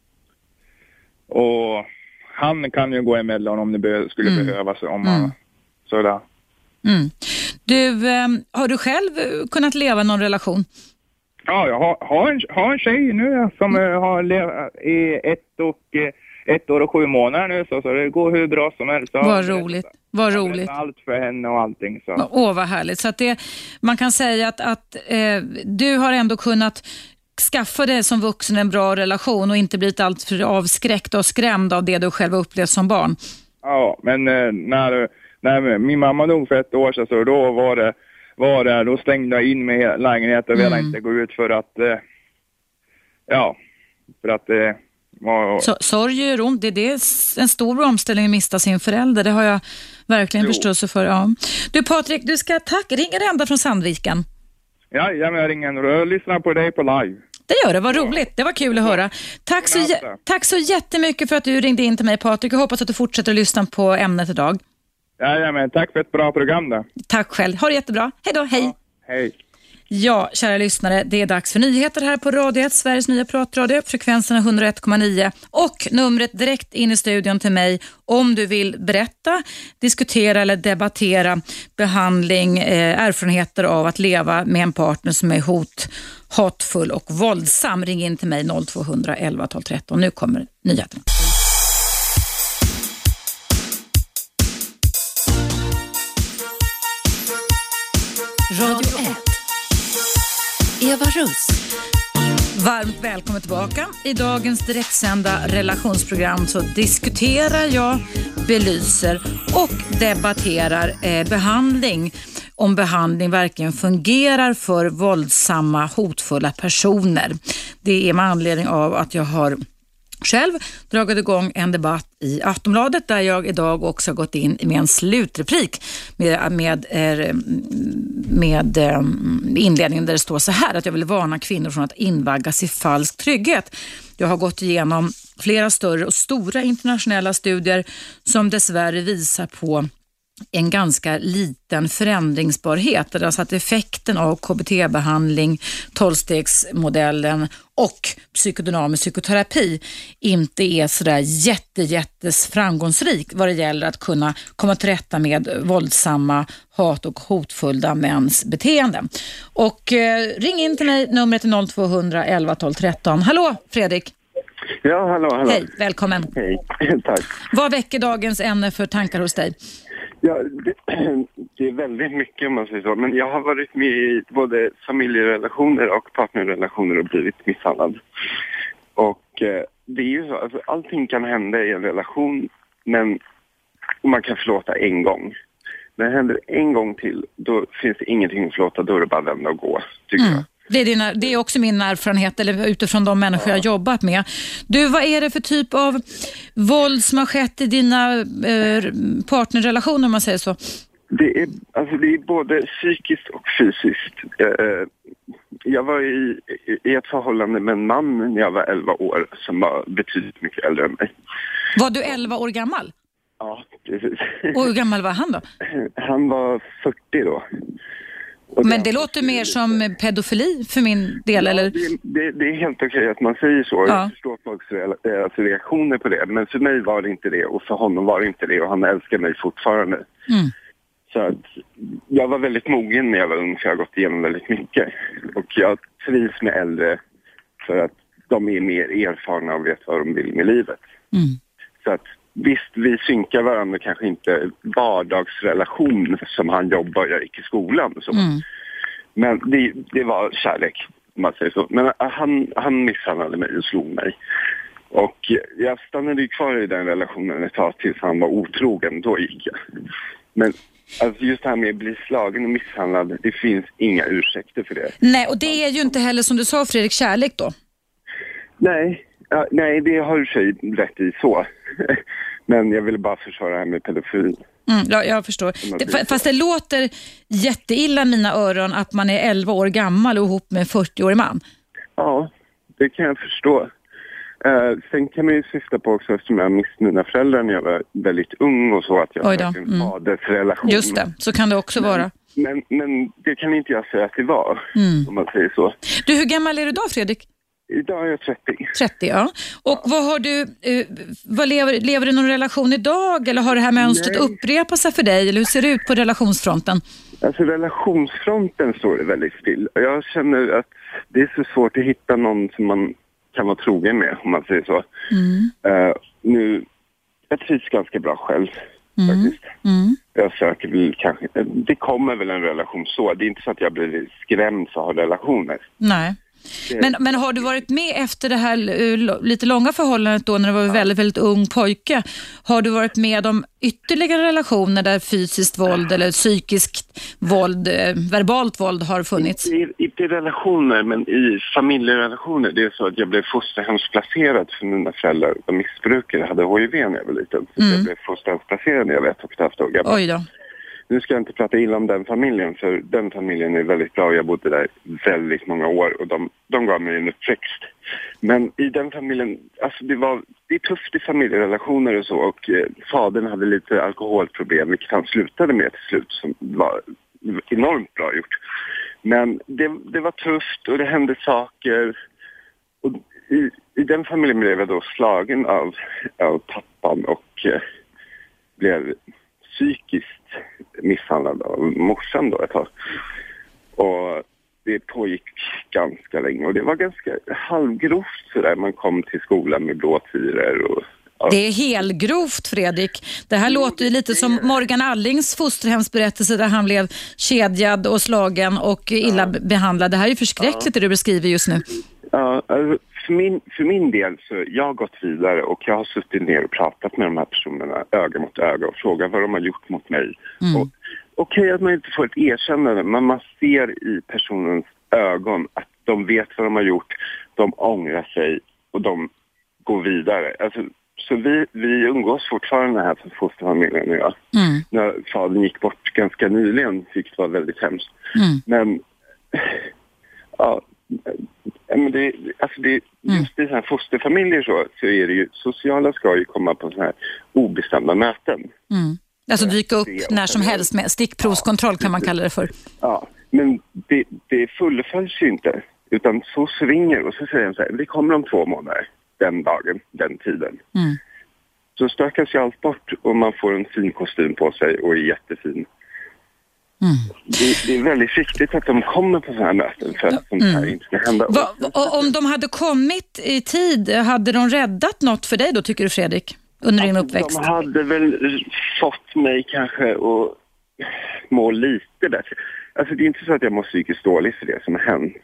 [SPEAKER 4] Och han kan ju gå emellan om det be, skulle mm. behövas. Om man, mm. sådär.
[SPEAKER 2] Mm. Du, har du själv kunnat leva någon relation?
[SPEAKER 4] Ja, jag har, har, en, har en tjej nu som mm. har levat i ett och... ett år och sju månader nu, så, så det går hur bra som helst.
[SPEAKER 2] Vad roligt, vad roligt.
[SPEAKER 4] Allt för henne och allting. Så.
[SPEAKER 2] Åh, vad härligt. Så att det, man kan säga att, att eh, du har ändå kunnat skaffa dig som vuxen en bra relation och inte blivit allt för avskräckt och skrämd av det du själv upplevt som barn.
[SPEAKER 4] Ja, men eh, när, när min mamma dog för ett år sedan, så då var det, var det då stängde jag in mig i lägenheten och ville mm. inte gå ut för att eh, ja, för att eh,
[SPEAKER 2] Så, sorg är ont. Det, det är en stor omställning att mista sin förälder. Det har jag verkligen förståelse för. Ja. Du, Patrik, du ska tack. Ringer ända från Sandviken.
[SPEAKER 4] Ja, jag ringer. Jag lyssnar på dig på live.
[SPEAKER 2] Det gör det, vad roligt. Det var kul att höra. Tack så, tack så jättemycket för att du ringde in till mig, Patrik. Jag hoppas att du fortsätter att lyssna på ämnet idag.
[SPEAKER 4] Ja, men tack för ett bra program då.
[SPEAKER 2] Tack själv. Ha det jättebra. Hej då, hej.
[SPEAKER 4] Ja, hej.
[SPEAKER 2] Ja, kära lyssnare, det är dags för nyheter här på Radio ett, Sveriges nya pratradio, frekvenserna hundra ett komma nio och numret direkt in i studion till mig om du vill berätta, diskutera eller debattera behandling, eh, erfarenheter av att leva med en partner som är hot, hatfull och våldsam. Ring in till mig noll två hundra elva tolv tretton. Nu kommer nyheterna.
[SPEAKER 1] Radio ett. Eva Russ.
[SPEAKER 2] Varmt välkommen tillbaka. I dagens direktsända relationsprogram så diskuterar jag, belyser och debatterar eh, behandling. Om behandling verkligen fungerar för våldsamma, hotfulla personer. Det är med anledning av att jag har själv dragit igång en debatt i Aftonbladet där jag idag också har gått in med en slutreplik med, med, med inledningen där det står så här att jag vill varna kvinnor från att invaggas i falsk trygghet. Jag har gått igenom flera större och stora internationella studier som dessvärre visar på en ganska liten förändringsbarhet. Alltså att effekten av K B T-behandling, tolvstegsmodellen och psykodynamisk psykoterapi inte är sådär jätte, jättes framgångsrik vad det gäller att kunna komma till rätta med våldsamma, hat- och hotfulla mäns beteende. Och eh, ring in till mig, numret är noll två hundra elva tolv tretton. Hallå Fredrik!
[SPEAKER 5] Ja, hallå, hallå.
[SPEAKER 2] Hej, välkommen.
[SPEAKER 5] Hej, tack.
[SPEAKER 2] Vad väcker dagens ämne för tankar hos dig?
[SPEAKER 5] Ja, det, det är väldigt mycket om man säger så. Men jag har varit med i både familjerelationer och partnerrelationer och blivit misshandlad. Och eh, det är ju så, alltså, allting kan hända i en relation, men man kan förlåta en gång. När det händer en gång till, då finns det ingenting att förlåta, då är det bara vända och gå, tycker
[SPEAKER 2] Mm.
[SPEAKER 5] jag.
[SPEAKER 2] Det är, dina, det är också min erfarenhet eller utifrån de människor jag har jobbat med. Du, vad är det för typ av våld som har skett i dina eh, partnerrelationer om man säger så?
[SPEAKER 5] Det är, alltså det är både psykiskt och fysiskt. Eh, jag var i, i ett förhållande med en man när jag var elva år som var betydligt mycket äldre än mig.
[SPEAKER 2] Var du elva år gammal?
[SPEAKER 5] Ja, precis.
[SPEAKER 2] Och hur gammal var han då?
[SPEAKER 5] Han var fyrtio då. Och
[SPEAKER 2] Men det låter mer som pedofili för min del,
[SPEAKER 5] ja,
[SPEAKER 2] eller?
[SPEAKER 5] Det, det, det är helt okej att man säger så.
[SPEAKER 2] Ja.
[SPEAKER 5] Jag förstår folks re- alltså reaktioner på det. Men för mig var det inte det och för honom var det inte det. Och han älskar mig fortfarande.
[SPEAKER 2] Mm.
[SPEAKER 5] Så att jag var väldigt mogen när jag var ung, för jag har gått igenom väldigt mycket. Och jag trivs med äldre för att de är mer erfarna och vet vad de vill med livet.
[SPEAKER 2] Mm.
[SPEAKER 5] Så att visst, vi synkar varandra, kanske inte vardagsrelation som han jobbar och jag gick i skolan. Så.
[SPEAKER 2] Mm.
[SPEAKER 5] Men det, det var kärlek, om man säger så. Men han, han misshandlade mig och slog mig. Och jag stannade ju kvar i den relationen ett tag tills han var otrogen, då gick jag. Men alltså just det här med att bli slagen och misshandlad, det finns inga ursäkter för det.
[SPEAKER 2] Nej, och det är ju inte heller som du sa Fredrik, kärlek då?
[SPEAKER 5] Nej, ja, nej det har du sig rätt i så. Men jag ville bara försvara det här med pedofili.
[SPEAKER 2] Mm, ja, jag förstår. Det, fast det låter jätteilla i mina öron att man är elva år gammal och ihop med en fyrtio-årig man.
[SPEAKER 5] Ja, det kan jag förstå. Uh, sen kan man ju syfta på också, eftersom jag mist mina föräldrar när jag var väldigt ung och så, att jag hade en
[SPEAKER 2] mm.
[SPEAKER 5] fadersrelation.
[SPEAKER 2] Just det, så kan det också
[SPEAKER 5] men,
[SPEAKER 2] vara.
[SPEAKER 5] Men, men det kan inte jag säga att det var, mm. om man säger så.
[SPEAKER 2] Du, hur gammal är du idag Fredrik?
[SPEAKER 5] Idag är jag trettio.
[SPEAKER 2] trettio, ja. Och ja. Vad har du, eh, vad lever, lever du någon relation idag? Eller har det här mönstret upprepat sig för dig? Eller hur ser det ut på relationsfronten?
[SPEAKER 5] Alltså relationsfronten står det väldigt still. Jag känner att det är så svårt att hitta någon som man kan vara trogen med, om man säger så. Mm. Uh, nu, jag trivs ganska bra själv, mm. faktiskt. Mm. Jag söker väl kanske, det kommer väl en relation så. Det är inte så att jag blir skrämd för att ha relationer.
[SPEAKER 2] Nej. Men, men har du varit med efter det här lite långa förhållandet då när du var ja. väldigt, väldigt ung pojke? Har du varit med om ytterligare relationer där fysiskt våld eller psykiskt våld, verbalt våld har funnits?
[SPEAKER 5] Inte, inte i relationer, men i familjerelationer. Det är så att jag blev fosterhemsplacerad för mina föräldrar var missbrukare, hade H I V när jag var liten. Så mm. jag blev fosterhemsplacerad när jag var ett och ett halvt år gammal.
[SPEAKER 2] Oj då.
[SPEAKER 5] Nu ska jag inte prata illa om den familjen, för den familjen är väldigt bra. Jag bodde där väldigt många år och de, de gav mig en uppväxt. Men i den familjen, alltså det var det är tufft i familjerelationer och så. Och eh, fadern hade lite alkoholproblem, vilket han slutade med till slut, som var enormt bra gjort. Men det, det var tufft och det hände saker. Och i, i den familjen blev jag då slagen av, av pappan och eh, blev psykiskt misshandlad av morsan då ett tag. Och det pågick ganska länge och det var ganska halvgrovt sådär. Man kom till skolan med blåtiror och... Ja.
[SPEAKER 2] Det är helgrovt, Fredrik. Det här låter ju lite som Morgan Allings fosterhemsberättelse där han blev kedjad och slagen och illa ja. behandlad. Det här är ju förskräckligt ja. det du beskriver just nu.
[SPEAKER 5] Ja, alltså, för, min, för min del så jag har gått vidare och jag har suttit ner och pratat med de här personerna öga mot öga och frågat vad de har gjort mot mig. Mm. Och, okej att man inte får ett erkännande, men man ser i personens ögon att de vet vad de har gjort, de ångrar sig och de går vidare. Alltså, så vi, vi umgås fortfarande här som fosterfamiljen och jag. Mm. När fadern gick bort ganska nyligen, vilket var väldigt hemskt. Mm. Men ja, men det, alltså det, just i så här fosterfamiljer så, så är det ju, sociala ska ju komma på så här obestämda möten.
[SPEAKER 2] Mm. Alltså dyka upp när som helst med stickprovskontroll kan man kalla det för.
[SPEAKER 5] Ja, men det, det fullföljs ju inte. Utan så ringer och så säger de så här, vi kommer om två månader, den dagen, den tiden. Mm. Så stökas ju allt bort och man får en fin kostym på sig och är jättefin. Mm. Det, det är väldigt viktigt att de kommer på sådana här möten för att sånt här mm. inte ska hända.
[SPEAKER 2] Va, och om de hade kommit i tid, hade de räddat något för dig då, tycker du, Fredrik? Under din uppväxt?
[SPEAKER 5] De hade väl fått mig kanske att må lite bättre. Alltså det är inte så att jag mår psykiskt dåligt för det som har hänt.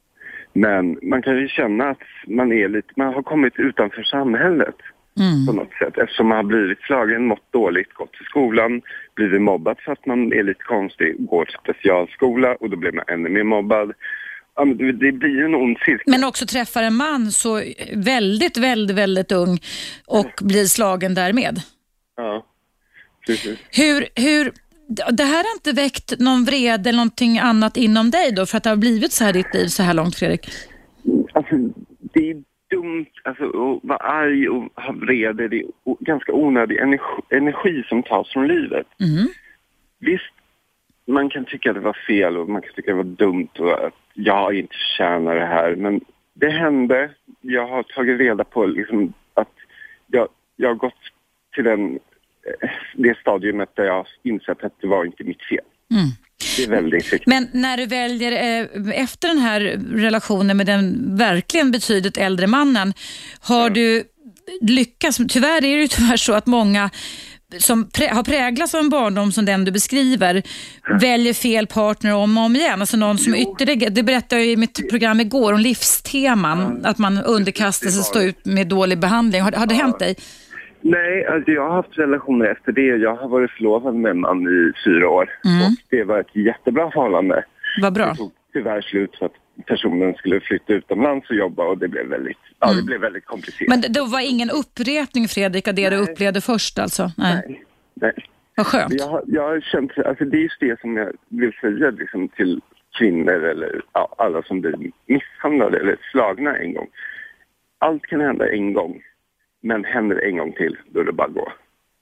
[SPEAKER 5] Men man kan ju känna att man är lite, man har kommit utanför samhället mm. på något sätt. Eftersom man har blivit slagen, mått dåligt, gått till skolan, blivit mobbad för att man är lite konstig, går till specialskola och då blir man ännu mer mobbad. Ja, men det, det blir ju en ond cirkel.
[SPEAKER 2] Men också träffar en man så väldigt, väldigt, väldigt ung och blir slagen därmed.
[SPEAKER 5] Ja, precis.
[SPEAKER 2] Hur, hur, det här har inte väckt någon vrede eller någonting annat inom dig då för att det har blivit så här ditt liv så här långt, Fredrik?
[SPEAKER 5] Alltså, det är dumt alltså, att vara arg och ha vrede. Det är ganska onödig energi, energi som tas från livet. Mm. Visst, man kan tycka att det var fel och man kan tycka att det var dumt och att jag inte tjänar det här. Men det hände. Jag har tagit reda på liksom, att jag, jag har gått till den, det stadiumet där jag har insett att det var inte mitt fel. Mm. Det är väldigt viktigt.
[SPEAKER 2] Men när du väljer eh, efter den här relationen med den verkligen betydligt äldre mannen, har ja. du lyckats? Tyvärr är det ju tyvärr så att många som prä- har präglats av en barndom som den du beskriver ja. väljer fel partner om och om igen. Alltså någon som jo. ytterligare, det berättade jag i mitt program igår om livsteman, ja. att man underkastar sig och står ut med dålig behandling. Har, har det ja. hänt dig?
[SPEAKER 5] Nej, alltså jag har haft relationer efter det. Jag har varit förlovad med en man i fyra år. Mm. Och det var ett jättebra förhållande.
[SPEAKER 2] Vad bra.
[SPEAKER 5] Det tog tyvärr slut för att personen skulle flytta utomlands och jobba och det blev väldigt, ja, mm. det blev väldigt komplicerat.
[SPEAKER 2] Men det var ingen upprepning, Fredrik, av det Nej. du upplevde först alltså? Nej.
[SPEAKER 5] Nej. Nej.
[SPEAKER 2] Vad skönt.
[SPEAKER 5] Jag, jag har känt, alltså det är just det som jag vill säga liksom, till kvinnor eller ja, alla som blir misshandlade eller slagna en gång. Allt kan hända en gång. Men händer en gång till, då är det bara gå.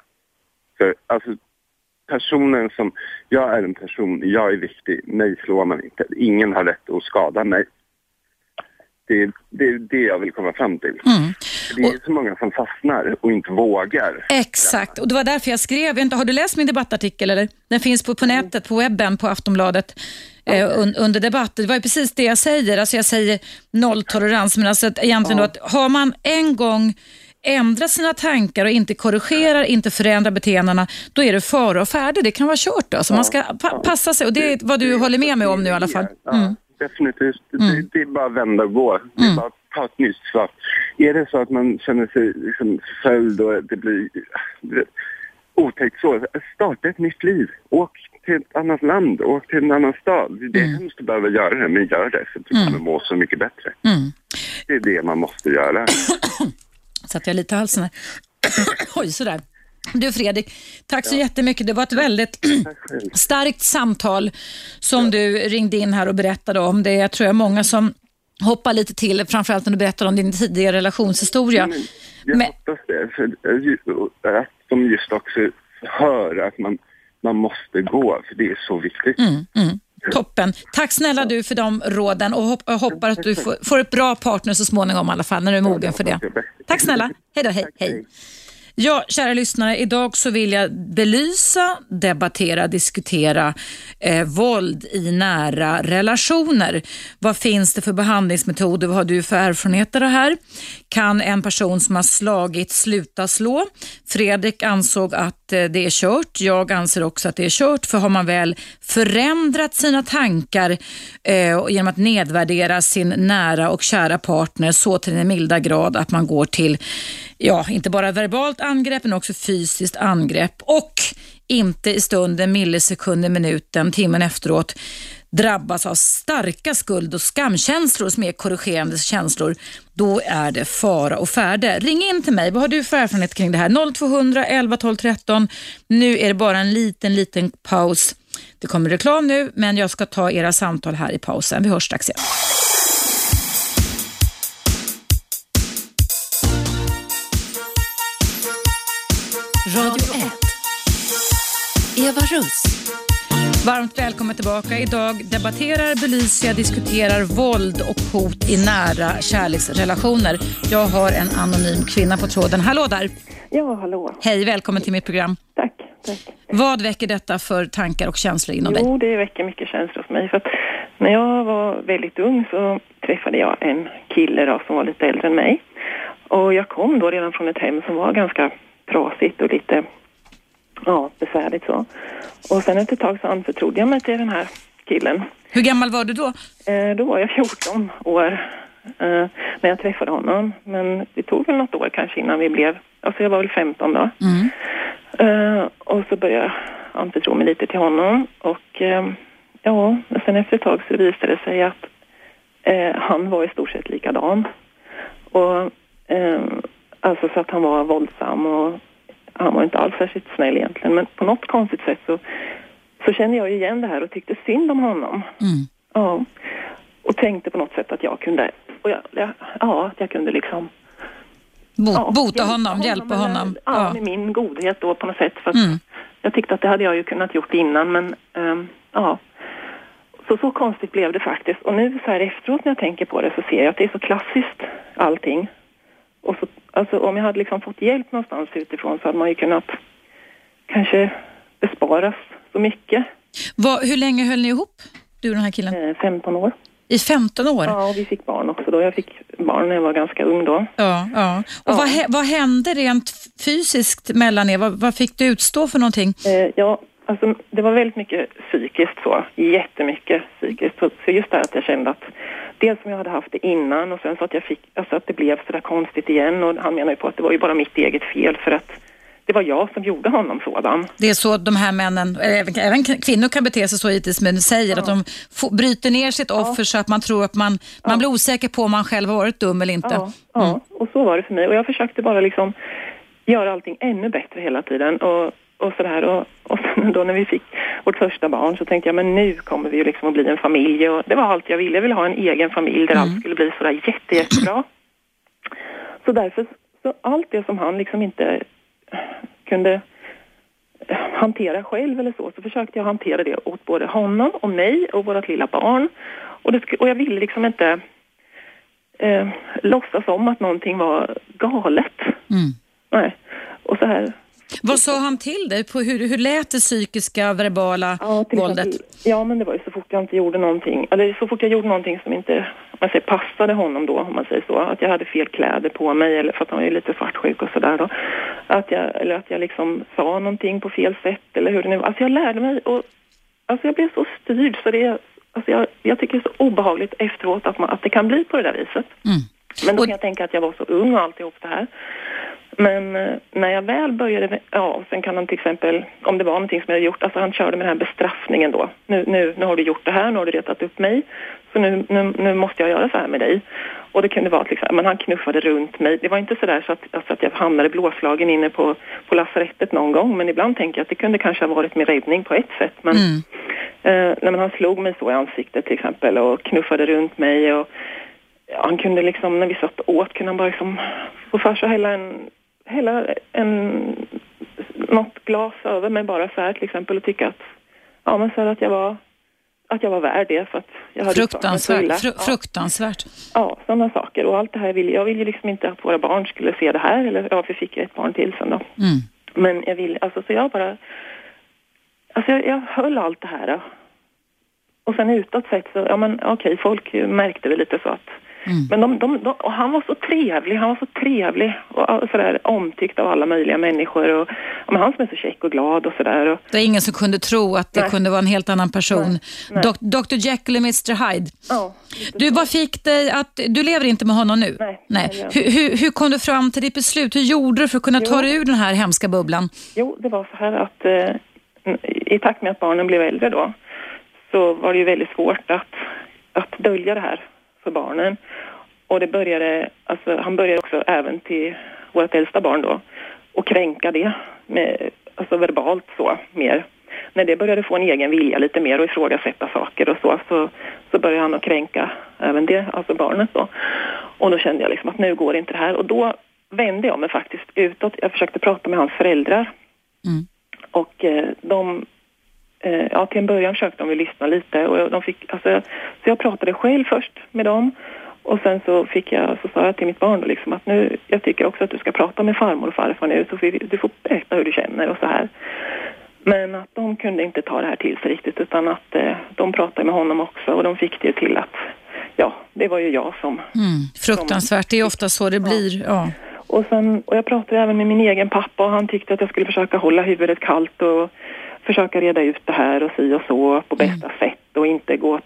[SPEAKER 5] För alltså, personen som, jag är en person, jag är viktig, mig slår man inte. Ingen har rätt att skada mig. Det, det är det jag vill komma fram till. Mm. Det är och, så många som fastnar och inte vågar.
[SPEAKER 2] Exakt, och det var därför jag skrev. Inte, har du läst min debattartikel eller? Den finns på, på nätet, på webben, på Aftonbladet. Okay. Eh, un, under debatten. Det var ju precis det jag säger. Alltså jag säger nolltolerans, men alltså att egentligen ja. då att har man en gång ändra sina tankar och inte korrigerar, inte förändrar beteendena, då är det fara och färde. Det kan vara kört då. Så ja, man ska pa- passa sig. Och det är vad du det, håller med mig om nu i alla fall.
[SPEAKER 5] Mm. Ja, definitivt. Mm. Det, det är bara att vända och gå. Det är mm. bara att ta ett nytt slag. Är det så att man känner sig liksom förföljd och det blir det, otäckt så, starta ett nytt liv. Åk till ett annat land. Åk till en annan stad. Det är mm. hemskt att behöva göra det, men gör det. Så att du mm. kommer må så mycket bättre. Mm. Det är det man måste göra.
[SPEAKER 2] Så att jag lite halsen här. Oj, sådär. Du Fredrik, tack så ja. jättemycket. Det var ett väldigt starkt samtal som ja. du ringde in här och berättade om. Det jag tror jag många som hoppar lite till, framförallt när du berättar om din tidigare relationshistoria.
[SPEAKER 5] Men, jag Men... hoppas det, för att de just också hör att man, man måste gå, för det är så viktigt. Mm, mm.
[SPEAKER 2] Toppen. Tack snälla du för de råden och hopp, jag hoppas att du får, får ett bra partner så småningom i alla fall när du är mogen för det. Tack snälla. Hej då, hej. hej. Ja, kära lyssnare, idag så vill jag belysa, debattera, diskutera eh, våld i nära relationer. Vad finns det för behandlingsmetoder? Vad har du för erfarenheter av det här? Kan en person som har slagit sluta slå? Fredrik ansåg att eh, det är kört. Jag anser också att det är kört. För har man väl förändrat sina tankar eh, genom att nedvärdera sin nära och kära partner så till den milda grad att man går till, ja, inte bara verbalt angrepp men också fysiskt angrepp och inte i stunden, millisekunder, minuten, timmen efteråt drabbas av starka skuld- och skamkänslor som är korrigerande känslor, då är det fara och färde. Ring in till mig, vad har du för erfarenhet kring det här? noll två hundra elva tolv tretton. Nu är det bara en liten, liten paus. Det kommer reklam nu, men jag ska ta era samtal här i pausen. Vi hörs strax igen.
[SPEAKER 1] Radio ett. Eva Russ.
[SPEAKER 2] Varmt välkommen tillbaka. Idag debatterar, belyser jag, diskuterar våld och hot i nära kärleksrelationer. Jag har en anonym kvinna på tråden. Hallå där.
[SPEAKER 6] Ja, hallå.
[SPEAKER 2] Hej, välkommen till mitt program.
[SPEAKER 6] Tack, tack.
[SPEAKER 2] Vad väcker detta för tankar och känslor inom
[SPEAKER 6] jo,
[SPEAKER 2] dig?
[SPEAKER 6] Jo, det väcker mycket känslor hos mig. För att när jag var väldigt ung så träffade jag en kille då, som var lite äldre än mig. Och jag kom då redan från ett hem som var ganska trasigt och lite ja, besvärligt så. Och sen efter ett tag så anförtrodde jag mig till den här killen.
[SPEAKER 2] Hur gammal var du då?
[SPEAKER 6] Eh, då var jag fjorton år eh, när jag träffade honom. Men det tog väl något år kanske innan vi blev, alltså jag var väl femton då.
[SPEAKER 2] Mm.
[SPEAKER 6] Eh, och så började jag anförtro mig lite till honom. Och eh, ja, sen efter ett tag så visade det sig att eh, han var i stort sett likadan. Och eh, alltså så att han var våldsam och han var inte alls särskilt snäll egentligen. Men på något konstigt sätt så, så kände jag igen det här och tyckte synd om honom.
[SPEAKER 2] Mm.
[SPEAKER 6] Ja. Och tänkte på något sätt att jag kunde, och jag, jag, ja, att jag kunde liksom
[SPEAKER 2] Bo,
[SPEAKER 6] ja,
[SPEAKER 2] bota
[SPEAKER 6] hjälpa
[SPEAKER 2] honom, hjälpa
[SPEAKER 6] eller,
[SPEAKER 2] honom.
[SPEAKER 6] Ja,
[SPEAKER 2] Ja,
[SPEAKER 6] med min godhet då på något sätt. För att
[SPEAKER 2] Mm.
[SPEAKER 6] jag tyckte att det hade jag ju kunnat gjort innan, men um, ja. Så så konstigt blev det faktiskt. Och nu så här efteråt när jag tänker på det så ser jag att det är så klassiskt allting. Och så, alltså om jag hade liksom fått hjälp någonstans utifrån så hade man ju kunnat kanske besparas så mycket.
[SPEAKER 2] Vad, hur länge höll ni ihop, du och den här killen?
[SPEAKER 6] Eh, femton år.
[SPEAKER 2] I femton år?
[SPEAKER 6] Ja, och vi fick barn också då. Jag fick barn när jag var ganska ung då.
[SPEAKER 2] Ja, ja. Och
[SPEAKER 6] Ja.
[SPEAKER 2] Vad, hä- vad hände rent fysiskt mellan er? Vad, vad fick du utstå för någonting?
[SPEAKER 6] Eh, ja, alltså det var väldigt mycket psykiskt så. Jättemycket psykiskt. Så, så just det att jag kände att dels som jag hade haft det innan och sen så att jag fick, alltså att det blev så där konstigt igen. Och han menar ju på att det var ju bara mitt eget fel för att det var jag som gjorde honom sådan.
[SPEAKER 2] Det är så de här männen, även, även kvinnor kan bete sig så hittills, men säger
[SPEAKER 6] Ja.
[SPEAKER 2] att de f- bryter ner sitt offer
[SPEAKER 6] Ja.
[SPEAKER 2] så att man tror att man, man
[SPEAKER 6] Ja.
[SPEAKER 2] blir osäker på om man själv har varit dum eller inte.
[SPEAKER 6] Ja, ja.
[SPEAKER 2] Mm.
[SPEAKER 6] Och så var det för mig. Och jag försökte bara liksom göra allting ännu bättre hela tiden. Och, och sådär. Och, och sen då när vi fick vårt första barn så tänkte jag, men nu kommer vi ju liksom att bli en familj. Och det var allt jag ville. Jag ville ha en egen familj där
[SPEAKER 2] Mm.
[SPEAKER 6] allt skulle bli sådär jätte, jättebra. Så därför, så allt det som han liksom inte kunde hantera själv eller så, så försökte jag hantera det åt både honom och mig och vårt lilla barn. Och, det sk- och jag ville liksom inte eh, låtsas om att någonting var galet.
[SPEAKER 2] Mm.
[SPEAKER 6] Nej. Och så här.
[SPEAKER 2] Vad sa han till dig? På hur, hur lät det psykiska, verbala
[SPEAKER 6] Ja, till
[SPEAKER 2] våldet?
[SPEAKER 6] exempel, ja, men det var ju så fort jag inte gjorde någonting, eller så fort jag gjorde någonting som inte, om man säger, passade honom då, om man säger så, att jag hade fel kläder på mig, eller för att han var ju lite svartsjuk och sådär då, att jag, eller att jag liksom sa någonting på fel sätt, eller hur det nu var. Alltså jag lärde mig, och alltså jag blev så styrd, så det är, alltså jag, jag tycker det är så obehagligt efteråt att, man, att det kan bli på det där viset.
[SPEAKER 2] Mm.
[SPEAKER 6] Men då
[SPEAKER 2] Och-
[SPEAKER 6] kan jag tänka att jag var så ung och alltihop det här. Men eh, när jag väl började, ja, sen kan han till exempel, om det var någonting som jag hade gjort, alltså han körde med den här bestraffningen då. Nu, nu, nu har du gjort det här, nu har du retat upp mig, så nu, nu, nu måste jag göra så här med dig. Och det kunde vara till exempel, men han knuffade runt mig. Det var inte så där så att, alltså att jag hamnade blåslagen inne på, på lasarettet någon gång, men ibland tänker jag att det kunde kanske ha varit min räddning på ett sätt. Men,
[SPEAKER 2] Mm.
[SPEAKER 6] eh, när man han slog mig så i ansiktet till exempel och knuffade runt mig och ja, han kunde liksom, när vi satt åt, kunde han bara liksom få för sig hela en, hela en, något glas över mig bara så här till exempel och tycka att, ja men så här att jag var, att jag var värd det för att jag hade
[SPEAKER 2] fruktansvärt,
[SPEAKER 6] ja.
[SPEAKER 2] fru- fruktansvärt.
[SPEAKER 6] Ja, sådana saker. Och allt det här vill jag vill ju liksom inte att våra barn skulle se det här. Eller ja, vi fick ett barn till sen då.
[SPEAKER 2] Mm.
[SPEAKER 6] Men jag vill, alltså så jag bara, alltså jag, jag höll allt det här. Och sen utåt sett så, ja men okej, okay, folk märkte väl lite så att, mm. men de, de, de, och han var så trevlig, han var så trevlig och sådär omtyckt av alla möjliga människor och ja, men han som är så check och glad och sådär. Och,
[SPEAKER 2] det är ingen som kunde tro att det
[SPEAKER 6] nej.
[SPEAKER 2] kunde vara en helt annan person. Nej. Nej. Dok- doktor Jekyll och mister Hyde.
[SPEAKER 6] Ja,
[SPEAKER 2] du, vad fick dig att, du lever inte med honom nu?
[SPEAKER 6] Nej.
[SPEAKER 2] nej. nej hur, hur, hur kom du fram till ditt beslut? Hur gjorde du för att kunna jo. ta dig ur den här hemska bubblan?
[SPEAKER 6] Jo, det var så här att eh, i takt med att barnen blev äldre då så var det ju väldigt svårt att, att dölja det här för barnen. Och det började, alltså han började också även till vårt äldsta barn då och kränka det med, alltså verbalt så mer. När det började få en egen vilja lite mer och ifrågasätta saker och så, så, så började han att kränka även det, alltså barnet då. Och då kände jag liksom att nu går inte det här. Och då vände jag mig faktiskt utåt. Jag försökte prata med hans föräldrar. Mm. Och eh, de... Ja, till en början försökte de väl lyssna lite och de fick, alltså, så jag pratade själv först med dem och sen så fick jag, så sa jag till mitt barn då liksom att nu, jag tycker också att du ska prata med farmor och farfar nu så vi, du får berätta hur du känner och så här. Men att de kunde inte ta det här till sig riktigt utan att eh, de pratade med honom också och de fick det till att, ja, det var ju jag som...
[SPEAKER 2] Mm, fruktansvärt, som, det är ofta så det blir, ja. ja.
[SPEAKER 6] Och, sen, och jag pratade även med min egen pappa och han tyckte att jag skulle försöka hålla huvudet kallt och försöka reda ut det här och si och så på bästa mm. sätt och inte gå,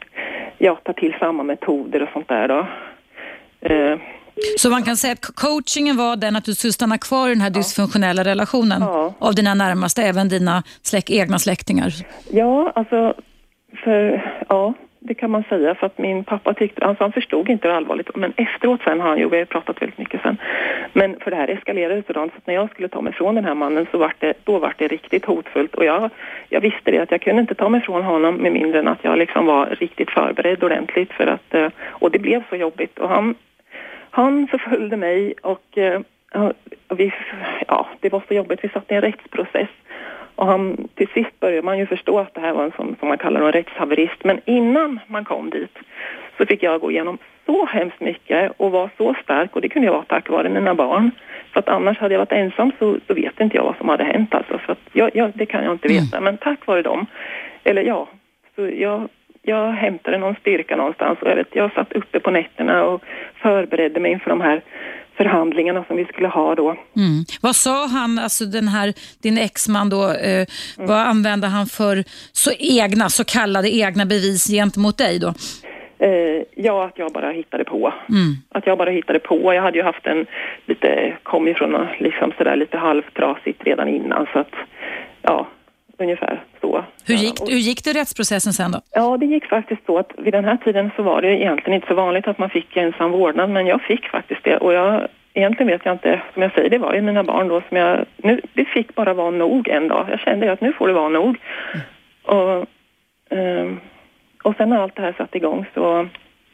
[SPEAKER 6] ja, ta till samma metoder och sånt där då. Eh.
[SPEAKER 2] Så man kan säga att coachingen var den att du skulle stanna kvar i den här ja. dysfunktionella relationen ja. av dina närmaste, även dina släk, egna släktingar?
[SPEAKER 6] Ja, alltså, för, ja, det kan man säga för att min pappa tyckte, alltså han förstod inte hur allvarligt, men efteråt sen har han ju, vi har pratat väldigt mycket sen, men för det här eskalerade sådant så att när jag skulle ta mig från den här mannen så var det, då var det riktigt hotfullt och jag, jag visste det att jag kunde inte ta mig från honom med mindre än att jag liksom var riktigt förberedd ordentligt för att, och det blev så jobbigt och han, han förföljde mig och, och vi, ja, det var så jobbigt, vi satt i en rättsprocess. Och han, till sist började man ju förstå att det här var en som, som man kallar en rättshaverist. Men innan man kom dit så fick jag gå igenom så hemskt mycket och var så stark. Och det kunde jag vara tack vare mina barn. För att annars hade jag varit ensam så, så vet inte jag vad som hade hänt. Alltså. För att jag, jag, det kan jag inte veta. Mm. Men tack vare dem, eller ja, så jag, jag hämtade någon styrka någonstans. Och jag, vet, jag satt uppe på nätterna och förberedde mig inför de här förhandlingarna som vi skulle ha då.
[SPEAKER 2] Mm. Vad sa han, alltså den här, din exman då, eh, mm. vad använde han för så egna, så kallade egna bevis gentemot dig då?
[SPEAKER 6] Eh, ja, att jag bara hittade på. Mm. Att jag bara hittade på. Jag hade ju haft en lite, kom ifrån liksom sådär lite halvtrasigt redan innan så att, ja, ungefär så.
[SPEAKER 2] Hur gick, hur gick det rättsprocessen sen då?
[SPEAKER 6] Ja, det gick faktiskt så att vid den här tiden så var det egentligen inte så vanligt att man fick ensam vårdnad, men jag fick faktiskt det och jag, egentligen vet jag inte, som jag säger, det var ju mina barn då som jag, nu, det fick bara vara nog en dag. Jag kände att nu får det vara nog. Mm. Och, um, och sen när allt det här satt igång så,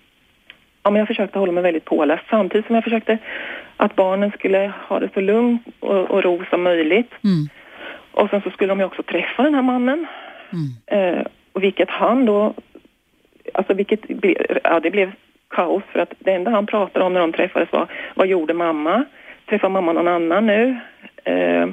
[SPEAKER 6] ja men jag försökte hålla mig väldigt påläst samtidigt som jag försökte att barnen skulle ha det så lugnt och, och ro som möjligt. Mm. Och sen så skulle de ju också träffa den här mannen. Mm. Eh, och vilket han då, alltså vilket, ja det blev kaos för att det enda han pratade om när de träffades var, vad gjorde mamma? Träffar mamma någon annan nu? Eh,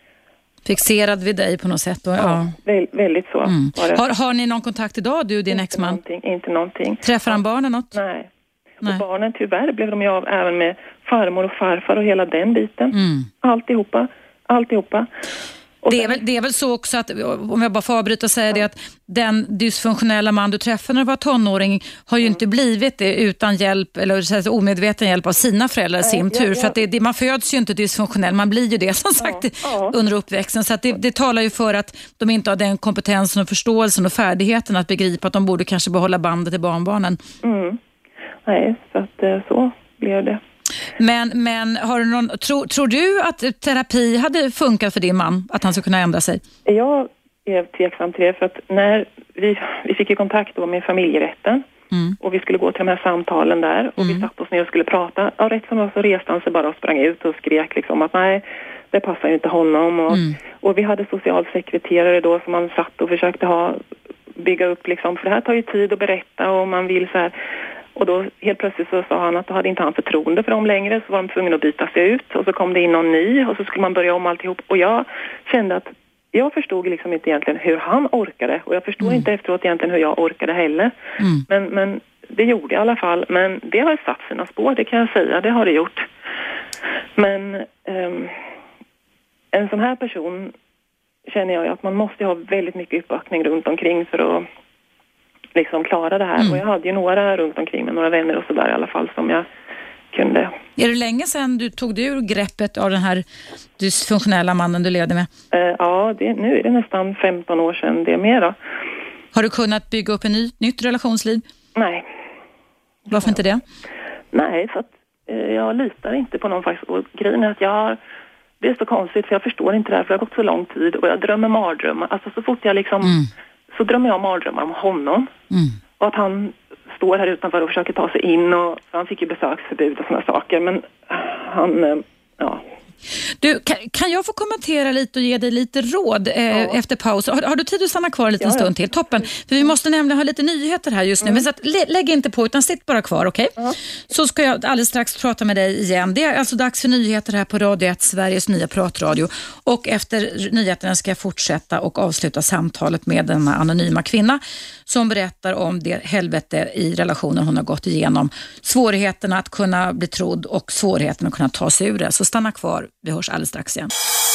[SPEAKER 2] Fixerad vid dig på något sätt då? Ja,
[SPEAKER 6] ja. Vä- väldigt så. Mm.
[SPEAKER 2] Har, har ni någon kontakt idag, du och din
[SPEAKER 6] inte
[SPEAKER 2] exman?
[SPEAKER 6] Någonting, inte någonting.
[SPEAKER 2] Träffar han barnen något?
[SPEAKER 6] Nej. Nej. Och barnen tyvärr blev de ju av även med farmor och farfar och hela den biten. Mm. Alltihopa, alltihopa.
[SPEAKER 2] Det är, väl, det är väl så också att, om jag bara får avbryta och säga ja. det, att den dysfunktionella man du träffade när du var tonåring har ju mm. inte blivit det utan hjälp, eller så här, omedveten hjälp av sina föräldrar i sin ja, tur. Ja, ja. För att det, det, man föds ju inte dysfunktionell, man blir ju det som sagt ja, ja. under uppväxten. Så att det, det talar ju för att de inte har den kompetensen och förståelsen och färdigheten att begripa att de borde kanske behålla bandet till barnbarnen.
[SPEAKER 6] Mm. Nej, så att så blev det.
[SPEAKER 2] Men, men har du någon, tro, tror du att terapi hade funkat för din man? Att han skulle kunna ändra sig?
[SPEAKER 6] Jag är tveksam till det för att när vi, vi fick i kontakt då med familjerätten mm. och vi skulle gå till de här samtalen där och mm. vi satt oss ner och skulle prata. Ja, rätt som var så reste han sig bara och sprang ut och skrek liksom att nej, det passar ju inte honom. Och, mm. och vi hade socialsekreterare då som man satt och försökte ha bygga upp liksom, för det här tar ju tid att berätta och man vill så här. Och då helt plötsligt så sa han att då hade inte han förtroende för dem längre, så var de tvungna att byta sig ut och så kom det in någon ny och så skulle man börja om alltihop. Och jag kände att jag förstod liksom inte egentligen hur han orkade och jag förstod mm. inte efteråt egentligen hur jag orkade heller. Mm. Men, men det gjorde jag i alla fall. Men det har satt sina spår, det kan jag säga, det har det gjort. Men um, en sån här person känner jag att man måste ha väldigt mycket uppbackning runt omkring för att liksom klara det här. Mm. Och jag hade ju några runt omkring med några vänner och sådär i alla fall som jag kunde.
[SPEAKER 2] Är det länge sedan du tog dig ur greppet av den här dysfunktionella mannen du levde med?
[SPEAKER 6] Uh, ja, det, nu är det nästan femton år sedan det är mer då.
[SPEAKER 2] Har du kunnat bygga upp en ny, nytt relationsliv?
[SPEAKER 6] Nej.
[SPEAKER 2] Varför inte det?
[SPEAKER 6] Nej, för att uh, jag litar inte på någon faktiskt. Och grejen är att jag har, det är så konstigt för jag förstår inte det här för det har gått så lång tid och jag drömmer mardrömmar. Alltså så fort jag liksom, mm. så drömmer jag mardrömmar om honom. Mm. Och att han står här utanför och försöker ta sig in och han fick ju besöksförbud och såna saker. Men han, uh, ja...
[SPEAKER 2] Du, kan, kan jag få kommentera lite och ge dig lite råd eh, ja. efter paus? Har, har du tid att stanna kvar en liten ja, stund till? Toppen. För vi måste nämligen ha lite nyheter här just nu. Mm. Men så att, lä, lägg inte på utan sitt bara kvar, okej? Okay? Ja. Så ska jag alldeles strax prata med dig igen. Det är alltså dags för nyheter här på Radio ett, Sveriges nya pratradio. Och efter nyheterna ska jag fortsätta och avsluta samtalet med denna anonyma kvinna som berättar om det helvete i relationen hon har gått igenom. Svårigheterna att kunna bli trodd och svårigheterna att kunna ta sig ur det. Så stanna kvar. Vi hörs alldeles strax igen.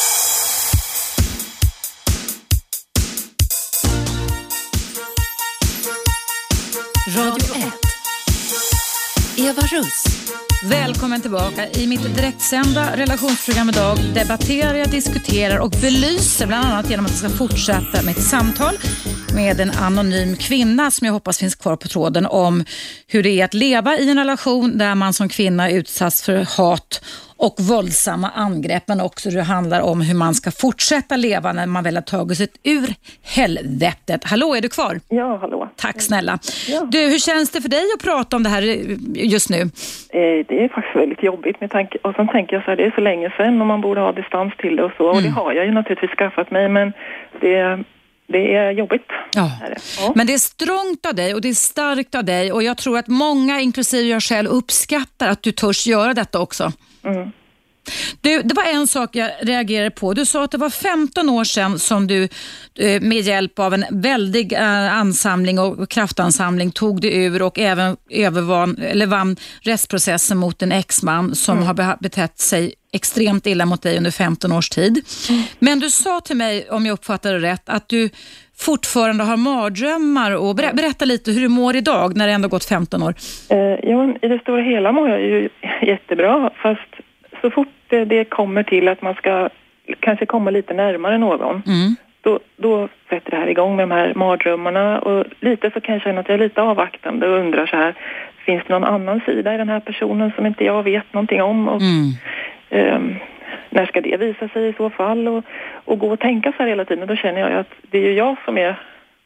[SPEAKER 1] Radio ett. Eva Russ.
[SPEAKER 2] Välkommen tillbaka. I mitt direktsända relationsprogram idag debatterar jag, diskuterar och belyser bland annat genom att jag ska fortsätta med ett samtal med en anonym kvinna som jag hoppas finns kvar på tråden om hur det är att leva i en relation där man som kvinna utsatts för hat och våldsamma angrepp, men också det handlar om hur man ska fortsätta leva när man väl har tagit sig ur helvetet. Hallå, är du kvar?
[SPEAKER 6] Ja, hallå.
[SPEAKER 2] Tack snälla. Ja. Du, hur känns det för dig att prata om det här just nu?
[SPEAKER 6] Eh, det är faktiskt väldigt jobbigt med tanke, och sen tänker jag så här, det är så länge sedan och man borde ha distans till det och så, och mm. det har jag ju naturligtvis skaffat mig, men det Det är jobbigt.
[SPEAKER 2] Ja. ja, men det är strångt av dig och det är starkt av dig och jag tror att många, inklusive jag själv, uppskattar att du törs göra detta också. Mm. Du, det var en sak jag reagerade på. Du sa att det var femton år sedan som du med hjälp av en väldig ansamling och kraftansamling tog dig ur och även övervann, eller vann rättsprocessen mot en exman som mm. har betett sig extremt illa mot dig under femton års tid. Mm. Men du sa till mig, om jag uppfattade rätt, att du fortfarande har mardrömmar och ber- berätta lite hur du mår idag när det ändå gått femton år.
[SPEAKER 6] Eh, ja, i det stora hela mår jag ju jättebra, fast så fort det kommer till att man ska kanske komma lite närmare någon, mm. då, då sätter det här igång med de här mardrömmarna och lite så kan jag känna att jag är lite avvaktande och undrar så här, finns det någon annan sida i den här personen som inte jag vet någonting om och mm. um, när ska det visa sig i så fall och, och gå och tänka så här hela tiden, då känner jag att det är ju jag som är,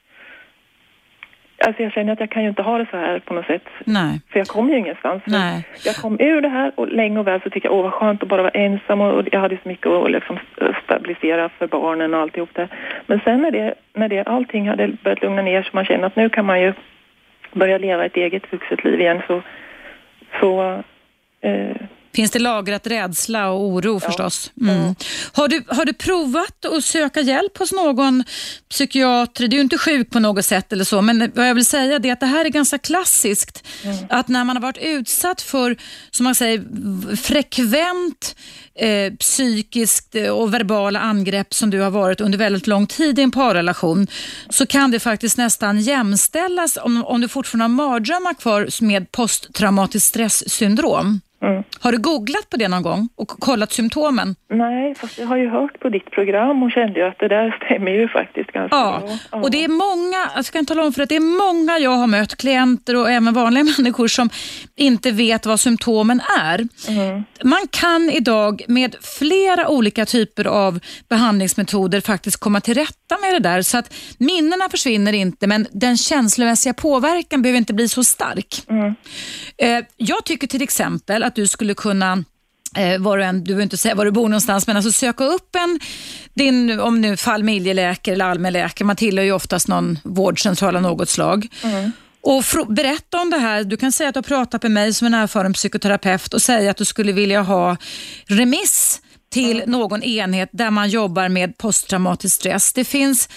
[SPEAKER 6] alltså jag känner att jag kan ju inte ha det så här på något sätt.
[SPEAKER 2] Nej.
[SPEAKER 6] För jag kom ju ingenstans.
[SPEAKER 2] Nej.
[SPEAKER 6] Jag kom ur det här och länge och väl så tycker jag, åh vad skönt att bara vara ensam och jag hade så mycket att liksom stabilisera för barnen och alltihop det. Men sen när det, när det allting hade börjat lugna ner så man känner att nu kan man ju börja leva ett eget vuxet liv igen så, så eh,
[SPEAKER 2] finns det lagrat rädsla och oro ja. förstås. Mm. Ja. Har, du, har du provat att söka hjälp hos någon psykiater? Du är ju inte sjuk på något sätt eller så, men vad jag vill säga är att det här är ganska klassiskt. Mm. Att när man har varit utsatt för, som man säger, frekvent eh, psykiskt och verbala angrepp som du har varit under väldigt lång tid i en parrelation, så kan det faktiskt nästan jämställas om, om du fortfarande har mardrömmar kvar med posttraumatiskt stresssyndrom. Mm. Har du googlat på det någon gång och kollat symptomen?
[SPEAKER 6] Nej, fast jag har ju hört på ditt program och kände ju att det där stämmer ju faktiskt ganska
[SPEAKER 2] ja. bra. Ja, och det är många, jag ska inte tala om för att det är många jag har mött, klienter och även vanliga människor som inte vet vad symptomen är. Mm. Man kan idag med flera olika typer av behandlingsmetoder faktiskt komma till rätta med det där, så att minnena försvinner inte, men den känslomässiga påverkan behöver inte bli så stark. Mm. Jag tycker till exempel att du skulle kunna eh, var du, än, du vill inte säga var du bor någonstans, men alltså söka upp en, din, om nu familjeläkare eller allmänläkare, man tillhör ju oftast någon vårdcentral av något slag. Mm. Och fr- berätta om det här. Du kan säga att du har pratat med mig som en erfaren psykoterapeut och säga att du skulle vilja ha remiss till mm. någon enhet där man jobbar med posttraumatisk stress. Det finns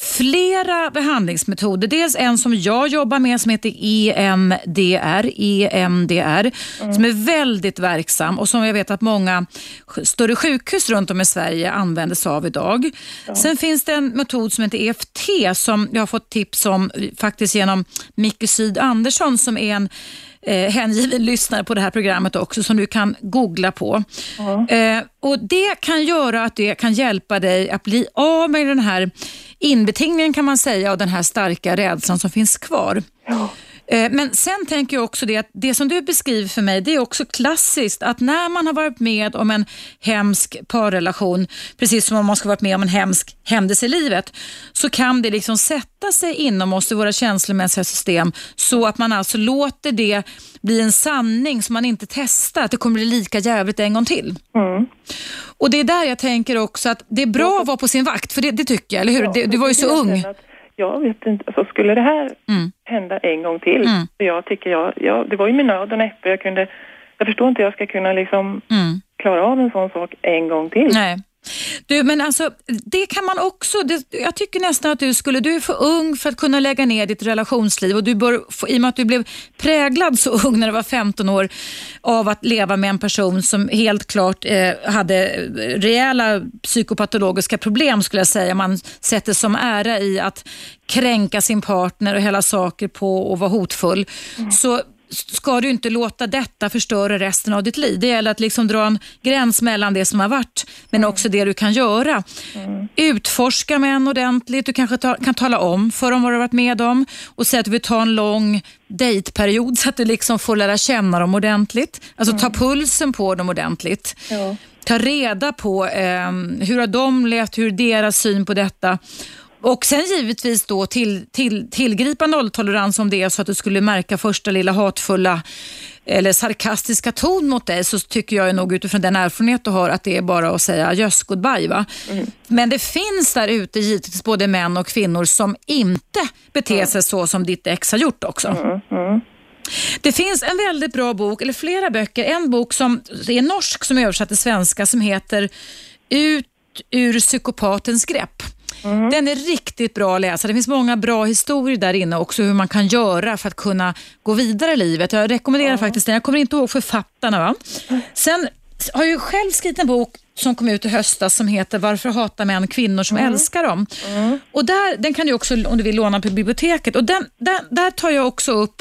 [SPEAKER 2] flera behandlingsmetoder. Dels en som jag jobbar med som heter E M D R, E M D R mm. som är väldigt verksam och som jag vet att många större sjukhus runt om i Sverige använder sig av idag. Ja. Sen finns det en metod som heter E F T som jag har fått tips om faktiskt genom Micke Syd Andersson som är en Eh, hängiven lyssnare på det här programmet också som du kan googla på. Mm. Eh, och det kan göra att det kan hjälpa dig att bli av med den här inbetingningen kan man säga och den här starka rädslan som finns kvar. Mm. Eh, men sen tänker jag också det att det som du beskriver för mig det är också klassiskt att när man har varit med om en hemsk parrelation, precis som om man ska varit med om en hemsk händelse i livet, så kan det liksom sätta sig inom oss i våra känslomässiga system så att man alltså låter det bli en sanning som man inte testar, att det kommer bli lika jävligt en gång till. Mm. Och det är där jag tänker också att det är bra att vara på sin vakt, för det, det tycker jag, eller hur? Ja, det, du var ju så ung.
[SPEAKER 6] Jag vet inte, alltså skulle det här mm. hända en gång till, mm. så jag tycker jag, jag, det var ju min nöd och näppe, jag kunde, jag förstår inte hur jag ska kunna liksom mm. klara av en sån sak en gång till.
[SPEAKER 2] Nej. Du, men alltså, det kan man också, det, jag tycker nästan att du skulle, du är för ung för att kunna lägga ner ditt relationsliv och du bör, i och med att du blev präglad så ung när du var femton år av att leva med en person som helt klart eh, hade rejäla psykopatologiska problem skulle jag säga, man sätter som ära i att kränka sin partner och hela saker på och vara hotfull, mm. så ska du inte låta detta förstöra resten av ditt liv. Det gäller att liksom dra en gräns mellan det som har varit men mm. också det du kan göra. Mm. Utforska med en ordentligt. Du kanske ta, kan tala om för dem vad du har varit med om och säga att du vill ta en lång dejtperiod så att du liksom får lära känna dem ordentligt. Alltså mm. ta pulsen på dem ordentligt. Ja. Ta reda på eh, hur har de levt, hur är deras syn på detta. Och sen givetvis då till, till, tillgripa nolltolerans om det är så att du skulle märka första lilla hatfulla eller sarkastiska ton mot dig, så tycker jag nog utifrån den erfarenhet du har att det är bara att säga just goodbye, va? Mm. Men det finns där ute givetvis både män och kvinnor som inte beter sig mm. så som ditt ex har gjort också. Mm. Mm. Det finns en väldigt bra bok, eller flera böcker. En bok som är norsk som är översatt till svenska som heter Ut ur psykopatens grepp. Mm. Den är riktigt bra att läsa. Det finns många bra historier där inne också hur man kan göra för att kunna gå vidare i livet. Jag rekommenderar mm. faktiskt den. Jag kommer inte ihåg författarna, va? Sen har jag själv skrivit en bok som kom ut i höstas som heter Varför hatar män kvinnor som mm. älskar dem. Mm. Och där, den kan du också, om du vill, låna på biblioteket. Och den, där, där tar jag också upp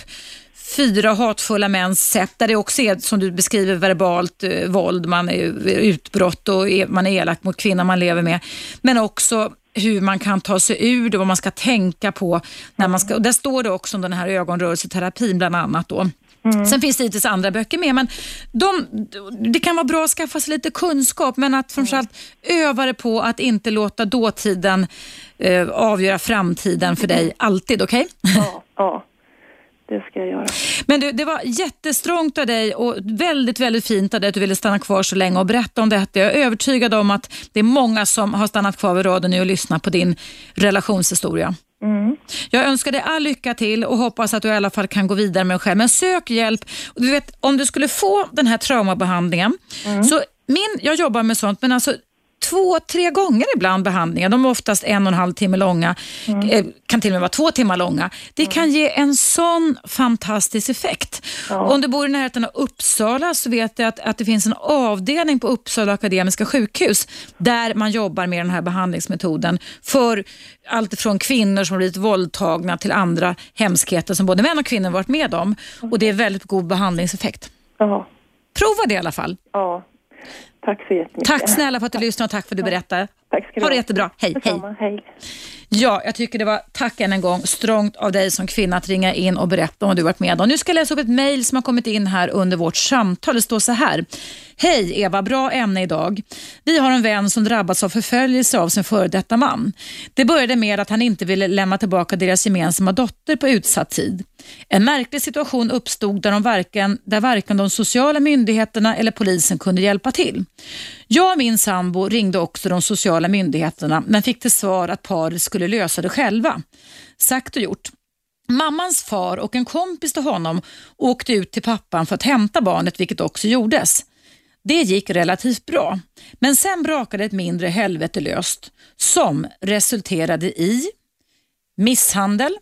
[SPEAKER 2] fyra hatfulla mäns sätt där det också är, som du beskriver, verbalt eh, våld, man är utbrott och är, man är elak mot kvinnor man lever med. Men också hur man kan ta sig ur det, vad man ska tänka på när man ska, och där står det också om den här ögonrörelseterapin bland annat då. Mm. Sen finns det lite andra böcker med, men de, det kan vara bra att skaffa sig lite kunskap, men att framförallt mm. öva det på att inte låta dåtiden eh, avgöra framtiden för dig alltid, okej? Okay?
[SPEAKER 6] Ja, ja. Det ska jag göra.
[SPEAKER 2] Men du, det var jättestrångt av dig och väldigt, väldigt fint av dig att du ville stanna kvar så länge och berätta om detta. Jag är övertygad om att det är många som har stannat kvar vid radion nu och lyssnat på din relationshistoria. Mm. Jag önskar dig all lycka till och hoppas att du i alla fall kan gå vidare med dig själv. Men sök hjälp. Och du vet, om du skulle få den här traumabehandlingen mm. så min, jag jobbar med sånt, men alltså två, tre gånger ibland behandlingar. De är oftast en och en halv timme långa. Mm. Eh, kan till och med vara två timmar långa. Det mm. kan ge en sån fantastisk effekt. Ja. Om du bor i närheten av Uppsala så vet jag att, att det finns en avdelning på Uppsala Akademiska sjukhus där man jobbar med den här behandlingsmetoden för allt från kvinnor som har blivit våldtagna till andra hemskheter som både män och kvinnor varit med om. Och det är väldigt god behandlingseffekt. Ja. Prova det i alla fall.
[SPEAKER 6] Ja. Tack så jättemycket.
[SPEAKER 2] Tack snälla för att du lyssnade och tack för att du berättade.
[SPEAKER 6] Tack ska du
[SPEAKER 2] ha det
[SPEAKER 6] ha.
[SPEAKER 2] jättebra. Hej, hej.
[SPEAKER 6] hej.
[SPEAKER 2] Ja, jag tycker det var, tack än en gång, strångt av dig som kvinna att ringa in och berätta om vad du varit med om. Nu ska jag läsa upp ett mejl som har kommit in här under vårt samtal. Det står så här. Hej Eva, bra ämne idag. Vi har en vän som drabbats av förföljelse av sin före detta man. Det började med att han inte ville lämna tillbaka deras gemensamma dotter på utsatt tid. En märklig situation uppstod där, de varken, där varken de sociala myndigheterna eller polisen kunde hjälpa till. Jag och min sambo ringde också de sociala myndigheterna men fick till svar att paret skulle lösa det själva. Sagt och gjort. Mammans far och en kompis till honom åkte ut till pappan för att hämta barnet, vilket också gjordes. Det gick relativt bra, men sen brakade ett mindre helvete löst som resulterade i misshandel,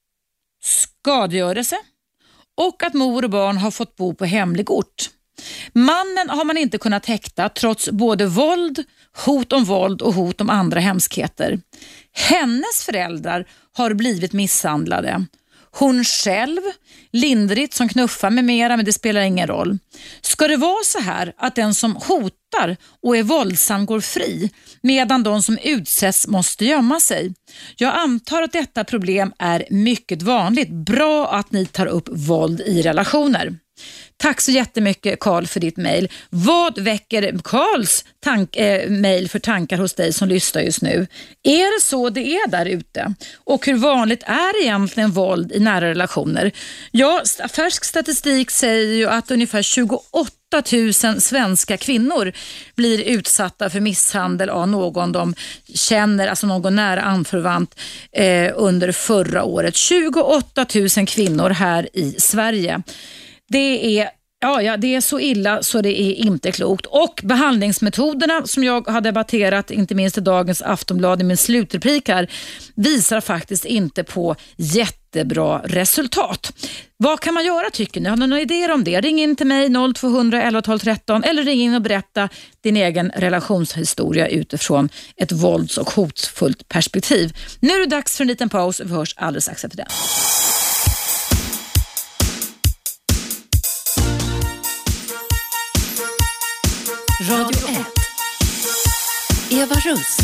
[SPEAKER 2] skadegörelse och att mor och barn har fått bo på hemlig ort. Mannen har man inte kunnat häkta trots både våld, hot om våld och hot om andra hemskheter. Hennes föräldrar har blivit misshandlade. Hon själv, lindrigt som knuffar med mera, men det spelar ingen roll. Ska det vara så här att den som hotar och är våldsam går fri medan de som utsätts måste gömma sig? Jag antar att detta problem är mycket vanligt. Bra att ni tar upp våld i relationer. Tack så jättemycket Carl för ditt mejl. Vad väcker Carls tank, eh, mejl för tankar hos dig som lyssnar just nu? Är det så det är där ute? Och hur vanligt är egentligen våld i nära relationer? Ja, färsk statistik säger ju att ungefär tjugoåtta tusen svenska kvinnor blir utsatta för misshandel av någon de känner, alltså någon nära anförvant eh, under förra året. tjugoåtta tusen kvinnor här i Sverige. Det är, ja, ja, det är så illa så det är inte klokt. Och behandlingsmetoderna som jag har debatterat, inte minst i dagens Aftonblad i min slutreplik här, visar faktiskt inte på jättebra resultat. Vad kan man göra tycker ni? Har ni några idéer om det? Ring in till mig noll två hundra elva tolv tretton eller ring in och berätta din egen relationshistoria utifrån ett vålds- och hotfullt perspektiv. Nu är det dags för en liten paus och vi hörs alldeles strax efter det.
[SPEAKER 1] Radio ett. Eva Russ.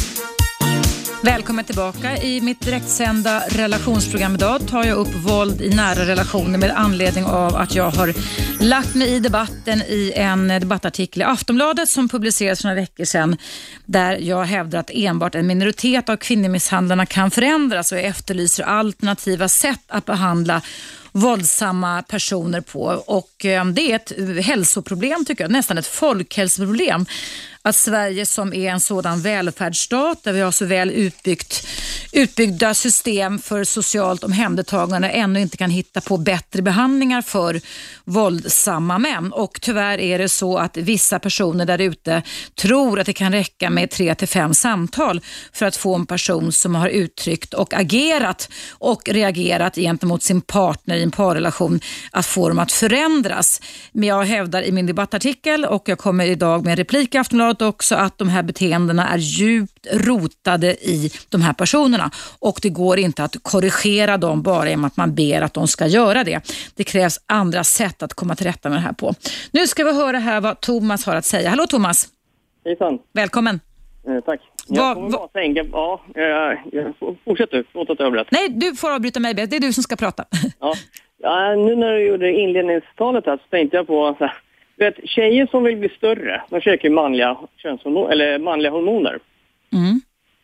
[SPEAKER 2] Välkommen tillbaka. I mitt direktsända relationsprogram idag tar jag upp våld i nära relationer med anledning av att jag har lagt mig i debatten i en debattartikel i Aftonbladet som publicerades för några veckor sedan, där jag hävdar att enbart en minoritet av kvinnomisshandlarna kan förändras och jag efterlyser alternativa sätt att behandla våldsamma personer på. Och eh, det är ett hälsoproblem tycker jag, nästan ett folkhälsoproblem. Att Sverige som är en sådan välfärdsstat där vi har så väl utbyggt, utbyggda system för socialt omhändertagande ännu inte kan hitta på bättre behandlingar för våldsamma män. Och tyvärr är det så att vissa personer där ute tror att det kan räcka med tre till fem samtal för att få en person som har uttryckt och agerat och reagerat gentemot sin partner i en parrelation att få dem att förändras. Men jag hävdar i min debattartikel och jag kommer idag med en replik i Aftonbladet också att de här beteendena är djupt rotade i de här personerna och det går inte att korrigera dem bara genom att man ber att de ska göra det. Det krävs andra sätt att komma till rätta med det här på. Nu ska vi höra här vad Thomas har att säga. Hallå Thomas!
[SPEAKER 7] Hejsan!
[SPEAKER 2] Välkommen!
[SPEAKER 7] Eh, tack. Jag
[SPEAKER 2] Va,
[SPEAKER 7] kommer
[SPEAKER 2] va,
[SPEAKER 7] bara tänka, ja, jag, jag, fortsätt du, låt att överrätt.
[SPEAKER 2] Nej, du får avbryta mig, det är du som ska prata.
[SPEAKER 7] Ja. Ja, nu när du gjorde inledningstalet här så tänkte jag på så här, du vet, tjejer som vill bli större, de söker manliga könshormoner, eller manliga hormoner.
[SPEAKER 2] Mm.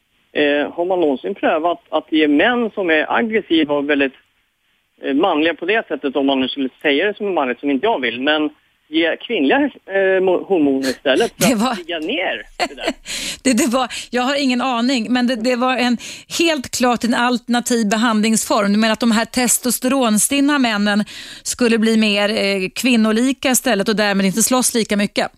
[SPEAKER 7] Eh, har man någonsin prövat att ge män som är aggressiva och väldigt eh, manliga på det sättet, om man nu skulle säga det som är manligt som inte jag vill, men ge kvinnliga eh, hormoner istället för
[SPEAKER 2] det var...
[SPEAKER 7] att ligga ner det där.
[SPEAKER 2] det, det var, jag har ingen aning, men det, det var en helt klart en alternativ behandlingsform. Du menar att de här testosteronstinna männen skulle bli mer eh, kvinnolika istället och därmed inte slåss lika mycket?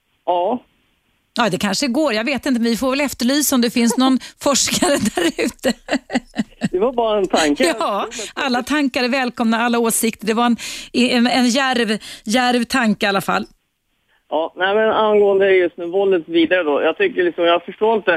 [SPEAKER 7] Ja.
[SPEAKER 2] Ja, det kanske går. Jag vet inte, men vi får väl efterlysa om det finns någon forskare där ute.
[SPEAKER 7] Det var bara en tanke.
[SPEAKER 2] Ja, alla tankar är välkomna, alla åsikter. Det var en, en, en järv, järv tanke i alla fall.
[SPEAKER 7] Ja, nej men angående just nu våldet vidare då. Jag tycker liksom, jag förstår inte.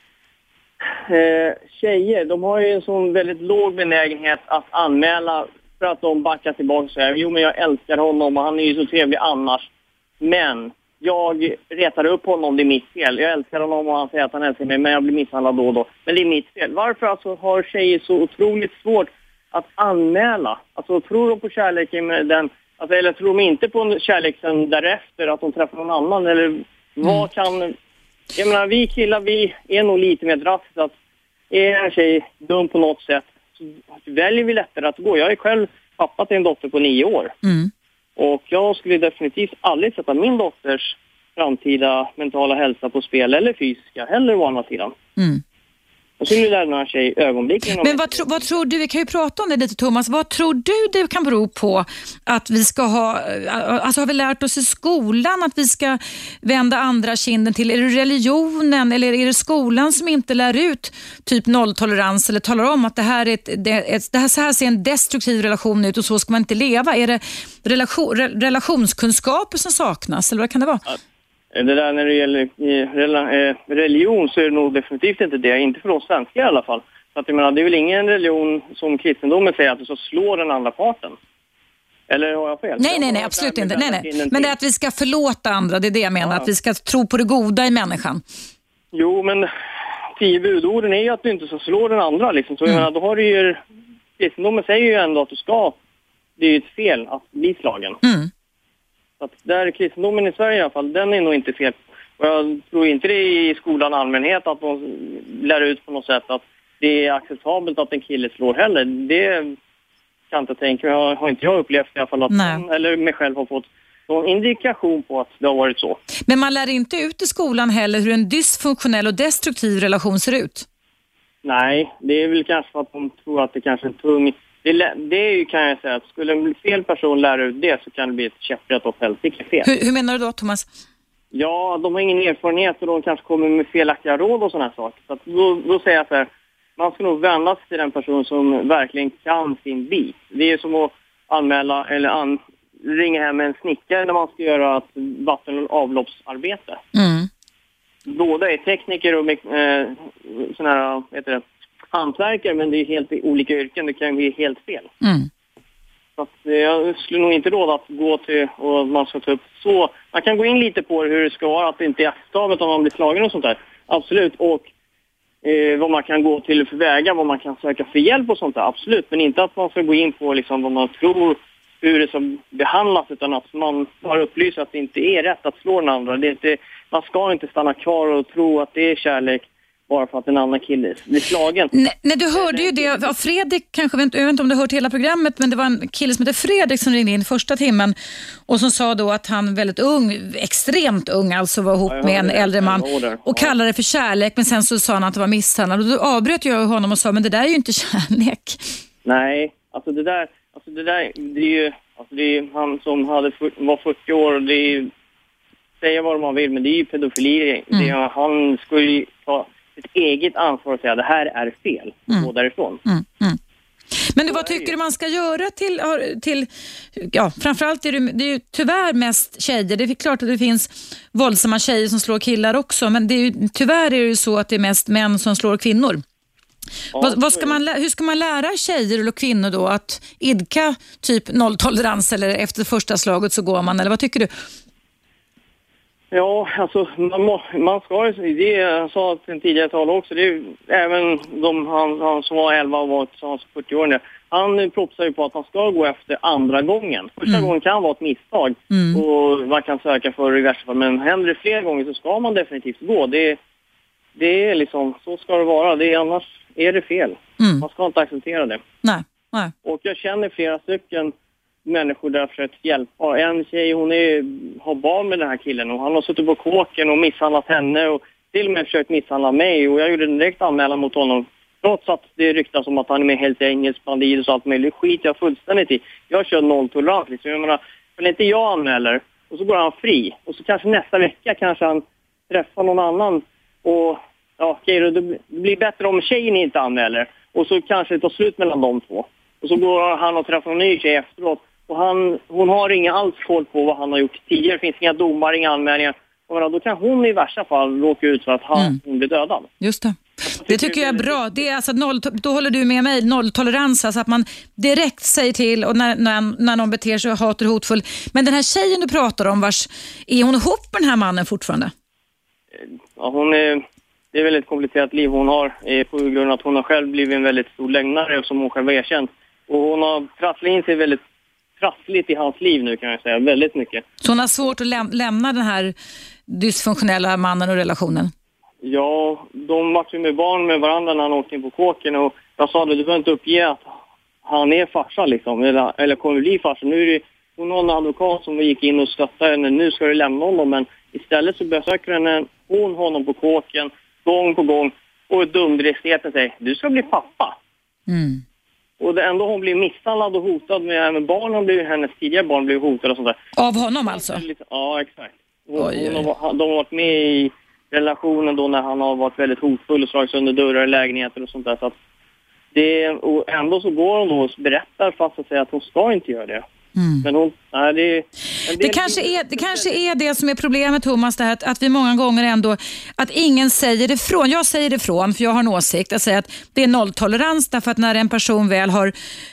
[SPEAKER 7] Eh, tjejer, de har ju en sån väldigt låg benägenhet att anmäla för att de backar tillbaka och säger, jo men jag älskar honom och han är ju så trevlig annars. Men jag retar upp honom, det är mitt fel. Jag älskar honom och han säger att han älskar mig, men jag blir misshandlad då och då. Men det är mitt fel. Varför alltså har tjejer så otroligt svårt att anmäla? Alltså tror de på kärleken med den, alltså, eller tror de inte på kärleken därefter, att de träffar någon annan? Eller mm. vad kan... Jag menar, vi killar, vi är nog lite mer drastiskt att är en tjej dum på något sätt så väljer vi lättare att gå. Jag är själv pappa till en dotter på nio år. Mm. Och jag skulle definitivt aldrig sätta min dotters framtida mentala hälsa på spel eller fysiska heller å andra sidan. Mm. Jag skulle lära sig ögonblicken.
[SPEAKER 2] Men vad, tro, vad tror du, vi kan ju prata om det lite Thomas, vad tror du det kan bero på att vi ska ha, alltså har vi lärt oss i skolan att vi ska vända andra kinden till? Är det religionen eller är det skolan som inte lär ut typ nolltolerans eller talar om att det här, är ett, det, ett, det här, så här ser en destruktiv relation ut och så ska man inte leva? Är det relation, re, relationskunskaper som saknas eller vad kan det vara?
[SPEAKER 7] Ja. Det där när det gäller religion så är det nog definitivt inte det. Inte för oss svenskar i alla fall. Så att jag menar, det är väl ingen religion som kristendomen säger att du ska slå den andra parten. Eller har jag fel?
[SPEAKER 2] Nej, nej, nej, absolut inte. Nej, nej. Men det är att vi ska förlåta andra, det är det jag menar. Ja. Att vi ska tro på det goda i människan.
[SPEAKER 7] Jo, men tio budorden är ju att du inte ska slå den andra. Liksom. Så jag menar, då har du ju... Kristendomen säger ju ändå att du ska... Det är ju ett fel att bli slagen. Mm. Så att där kristendomen i Sverige i alla fall, den är nog inte fel. Och jag tror inte det är i skolan allmänhet att de lär ut på något sätt att det är acceptabelt att en kille slår heller. Det kan jag inte tänka mig. Har, har inte jag upplevt i alla fall att någon, eller mig själv har fått någon indikation på att det har varit så.
[SPEAKER 2] Men man lär inte ut i skolan heller hur en dysfunktionell och destruktiv relation ser ut?
[SPEAKER 7] Nej, det är väl kanske för att de tror att det kanske är en tung... Det, det är ju, kan jag säga, att skulle en fel person lära ut det så kan det bli ett käpprätt och fältigt fel.
[SPEAKER 2] Hur, hur menar du då, Thomas?
[SPEAKER 7] Ja, de har ingen erfarenhet och de kanske kommer med felaktiga råd och sådana här saker. Så att då, då säger jag så här, man ska nog vända sig till den person som verkligen kan sin bit. Det är som att anmäla eller an, ringa hem en snickare när man ska göra ett vatten- och avloppsarbete. Mm. Båda är tekniker och eh, sådana här, heter det, hantverkare, men det är helt olika yrken. Det kan bli helt fel. Mm. Så att jag skulle nog inte råda att gå till och man ska ta upp så. Man kan gå in lite på hur det ska vara, att det inte är acceptabelt om man blir slagen och sånt där. Absolut. Och eh, vad man kan gå till för vägar, vad man kan söka för hjälp och sånt där. Absolut. Men inte att man ska gå in på liksom vad man tror, hur det ska behandlas, utan att man har upplyst att det inte är rätt att slå den andra. Det är inte, man ska inte stanna kvar och tro att det är kärlek bara för att en annan kille blir slagen.
[SPEAKER 2] Nej, nej, du hörde ju det av Fredrik, kanske, jag vet inte om du har hört hela programmet, men det var en kille som heter Fredrik som ringde in första timmen och som sa då att han väldigt ung, extremt ung, alltså var ihop ja, med en det. äldre man och kallade det för kärlek, men sen så sa han att det var misshandel och då avbröt jag honom och sa, men det där är ju inte kärlek.
[SPEAKER 7] Nej, alltså det där, alltså det där, det är ju, alltså det är han som hade, var fyrtio år och det är ju, säga vad man vill, men det är ju pedofili. Mm. Det är, han skulle ju ta ett eget ansvar och säga det här är fel och mm. gå därifrån. Mm. Mm.
[SPEAKER 2] Men du, vad tycker du man ska göra till, till ja, framförallt är det, det är ju tyvärr mest tjejer. Det är klart att det finns våldsamma tjejer som slår killar också, men det är ju, tyvärr är det ju så att det är mest män som slår kvinnor. Ja, vad, vad ska man, hur ska man lära tjejer och kvinnor då att idka typ nolltolerans eller efter första slaget så går man, eller vad tycker du?
[SPEAKER 7] Ja, alltså man, må, man ska ju, det jag sa till en tidigare talare också, det är ju, även de, han, han som var elva och var så fyrtio år nu, han propsar ju på att man ska gå efter andra gången. Första mm. gången kan vara ett misstag mm. och man kan söka för det i värsta fall, men händer det fler gånger så ska man definitivt gå. Det, det är liksom, så ska det vara, det är, annars är det fel. Mm. Man ska inte acceptera det.
[SPEAKER 2] Nej, nej.
[SPEAKER 7] Och jag känner flera stycken människor där för att hjälpa. En tjej, hon är, har barn med den här killen och han har suttit på kåken och misshandlat henne och till och med försökt misshandla mig och jag gjorde en direkt anmälan mot honom trots att det ryktas om att han är med helt engelsk bandit och så allt möjligt. Skit jag fullständigt i. Jag kör nolltolerans liksom. Jag menar, för inte jag anmäler och så går han fri och så kanske nästa vecka kanske han träffar någon annan och ja, okej, det blir bättre om tjejen inte anmäler och så kanske det tar slut mellan de två. Och så går han och träffar en ny tjej efteråt. Och han, hon har inga alls koll på vad han har gjort tidigare. Det finns inga domar, inga anmälningar. Och då kan hon i värsta fall råka ut för att han, mm. hon blir dödad.
[SPEAKER 2] Just det. Det tycker jag är bra. Det är alltså noll, då håller du med mig, nolltolerans, alltså att man direkt säger till och när, när, när någon beter sig hatar hotfull. Men den här tjejen du pratar om, vars, är hon ihop med den här mannen fortfarande?
[SPEAKER 7] Ja, hon är, det är väldigt komplicerat liv hon har eh, på grund av att hon har själv blivit en väldigt stor lögnare som hon själv har erkänt. Och hon har trasslat in sig väldigt trassligt i hans liv nu, kan jag säga, väldigt mycket.
[SPEAKER 2] Så hon har svårt att läm- lämna den här dysfunktionella mannen och relationen?
[SPEAKER 7] Ja, de var ju med barn med varandra när han åkte in på kåken och jag sa det, du behöver inte uppge att han är farsa liksom, eller, eller kommer bli farsa. Nu är det, hon har en advokat som gick in och stöttade henne, nu ska du lämna honom, men istället så besöker henne, hon honom på kåken gång på gång och dumdristigheten säger, du ska bli pappa.
[SPEAKER 2] Mm.
[SPEAKER 7] Och det ändå hon blir misshandlad och hotad med även barnen, blir hennes tidigare barn blir hotade och sånt där.
[SPEAKER 2] Av honom alltså?
[SPEAKER 7] Ja, exakt. Hon,
[SPEAKER 2] oj, oj.
[SPEAKER 7] Hon har, de har varit med i relationen då när han har varit väldigt hotfull och slagit under dörrar i lägenheter och sånt där. Så att det, och ändå så går hon då och berättar fast att säga att hon ska inte göra det.
[SPEAKER 2] Mm.
[SPEAKER 7] Men hon, nej, det, det,
[SPEAKER 2] det, kanske är, det kanske är det som är problemet, Thomas, det här, att, att vi många gånger ändå, att ingen säger ifrån. Jag säger ifrån för jag har en åsikt. Jag säger att det är nolltolerans därför att när en person väl har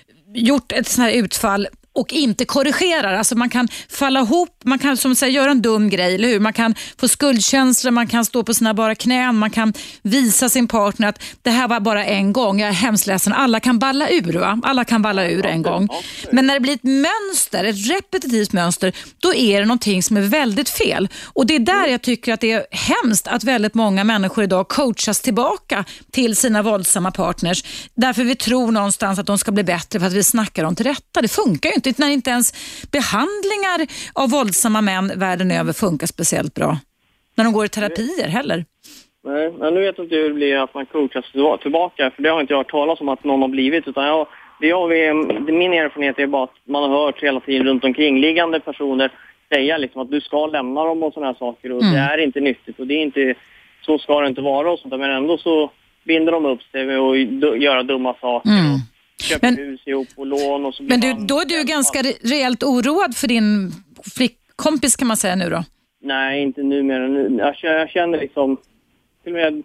[SPEAKER 2] gjort ett sånt här utfall och inte korrigerar, alltså man kan falla ihop, man kan som säger göra en dum grej, eller hur? Man kan få skuldkänslor, man kan stå på sina bara knän, man kan visa sin partner att det här var bara en gång, jag är hemskt ledsen, alla kan balla ur va? Alla kan balla ur en gång. Men när det blir ett mönster, ett repetitivt mönster, då är det någonting som är väldigt fel. Och det är där jag tycker att det är hemskt att väldigt många människor idag coachas tillbaka till sina våldsamma partners, därför vi tror någonstans att de ska bli bättre för att vi snackar dem till rätta. Det funkar ju inte, när inte ens behandlingar av våldsamma män världen över funkar speciellt bra. När de går i terapier heller.
[SPEAKER 7] Nej, men nu vet jag inte hur det blir att man coachas tillbaka, för det har inte jag hört talas om att någon har blivit, utan jag, det jag, det, min erfarenhet är bara att man har hört hela tiden runt omkringliggande personer säga liksom att du ska lämna dem och såna här saker och mm. det är inte nyttigt och det är inte, så ska det inte vara och sånt där, men ändå så binder de upp sig och d- göra dumma saker mm. och köper men, hus ihop och lån och så.
[SPEAKER 2] Men du, då är du ganska re- rejält oroad för din flickkompis, kan man säga nu då?
[SPEAKER 7] Nej, inte nu mer. Nu. Jag, jag känner liksom till och med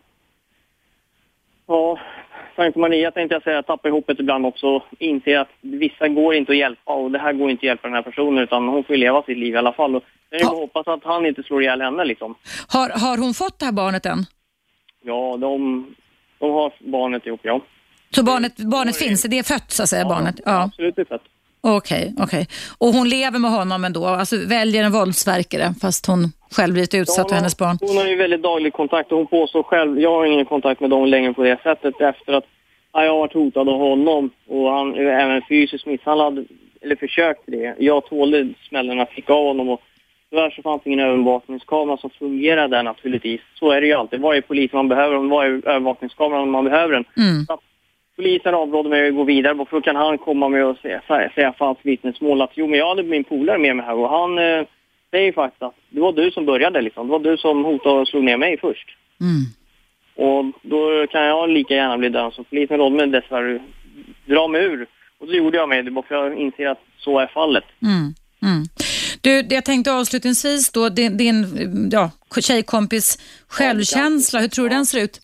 [SPEAKER 7] ja, Sankt Maria tänkte jag säga, tappar ihop ett ibland också, inser att vissa går inte att hjälpa och det här går inte att hjälpa den här personen, utan hon får leva sitt liv i alla fall. Och jag ha. hoppas att han inte slår ihjäl henne liksom.
[SPEAKER 2] Har, har hon fått det här barnet än?
[SPEAKER 7] Ja, de, de har barnet ihop, ja.
[SPEAKER 2] Så barnet, barnet finns, det är fött så att säga,
[SPEAKER 7] ja,
[SPEAKER 2] barnet? Ja,
[SPEAKER 7] absolut, det är fött.
[SPEAKER 2] Okej, okay, okej. Okay. Och hon lever med honom ändå, alltså väljer en våldsverkare fast hon själv blivit utsatt för hennes barn?
[SPEAKER 7] Hon har ju väldigt daglig kontakt och hon påstår själv, jag har ingen kontakt med dem längre på det sättet efter att ja, jag har varit hotad av honom och han är även fysiskt misshandlad, eller försökt det. Jag tålde smällen jag fick av honom och tyvärr så fanns ingen övervakningskamera som fungerar där naturligtvis. Så är det ju alltid. Varje polis man behöver, varje övervakningskamera man behöver den. Mm. Så polisen avråder mig att gå vidare, för då kan han komma med och säga, säga falskt vittnesmål att jo, men jag hade min polare med mig här och han eh, säger faktiskt att det var du som började liksom. Det var du som hotade och slog ner mig först.
[SPEAKER 2] Mm.
[SPEAKER 7] Och då kan jag lika gärna bli dömd. Så polisen rådde mig dessvärre dra mig ur. Och det gjorde jag med det, för jag inser att så är fallet.
[SPEAKER 2] Mm. Mm. Du, jag tänkte avslutningsvis då, din, din ja, tjejkompis självkänsla, hur tror du den ser ut?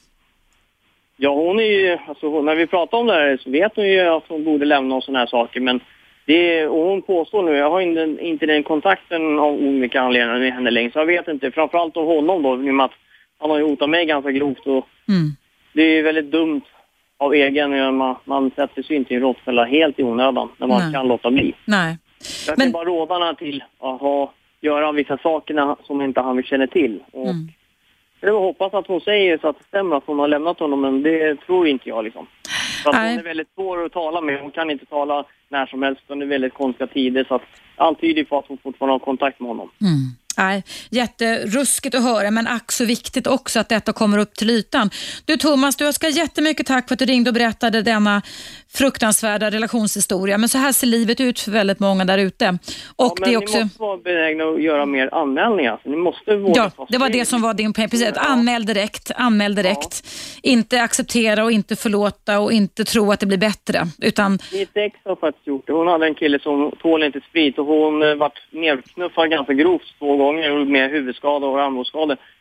[SPEAKER 7] Ja, hon är ju, alltså, när vi pratar om det här så vet hon ju att hon borde lämna och såna här saker, men det, och hon påstår nu, jag har inte, inte den kontakten av olika anledningar med henne längre, så jag vet inte, framförallt av honom då, med att han har ju hotat mig ganska grovt och
[SPEAKER 2] mm.
[SPEAKER 7] det är väldigt dumt av egen, man, man sätter sig inte i en råttfälla helt i onödan när man Nej. kan låta bli.
[SPEAKER 2] Nej.
[SPEAKER 7] Jag
[SPEAKER 2] Men...
[SPEAKER 7] kan bara råda till att ha, göra vissa saker som inte han vill känna till. Och
[SPEAKER 2] mm.
[SPEAKER 7] jag hoppas att hon säger så att det stämmer att hon har lämnat honom, men det tror inte jag liksom. Så att hon är väldigt svår att tala med. Hon kan inte tala när som helst under väldigt konstiga tider, så att allt tyder på att hon fortfarande har kontakt med honom.
[SPEAKER 2] Mm. Nej, jätteruskigt att höra, men ack så viktigt också att detta kommer upp till ytan. Du Thomas, du ska jättemycket tack för att du ringde och berättade denna fruktansvärda relationshistoria. Men så här ser livet ut för väldigt många där ute. Och
[SPEAKER 7] ja, men
[SPEAKER 2] det är också...
[SPEAKER 7] ni måste vara benägna att göra mer anmälningar. Ni måste våga.
[SPEAKER 2] Ja, det var det som var din poäng. Precis. Ja. Anmäl direkt, anmäl direkt. Ja. Inte acceptera och inte förlåta och inte tro att det blir bättre. Utan...
[SPEAKER 7] Mitt ex har faktiskt gjort det. Hon hade en kille som tål inte sprit och hon vart nedknuffad ganska grovt två gånger med huvudskada och armbågsskada.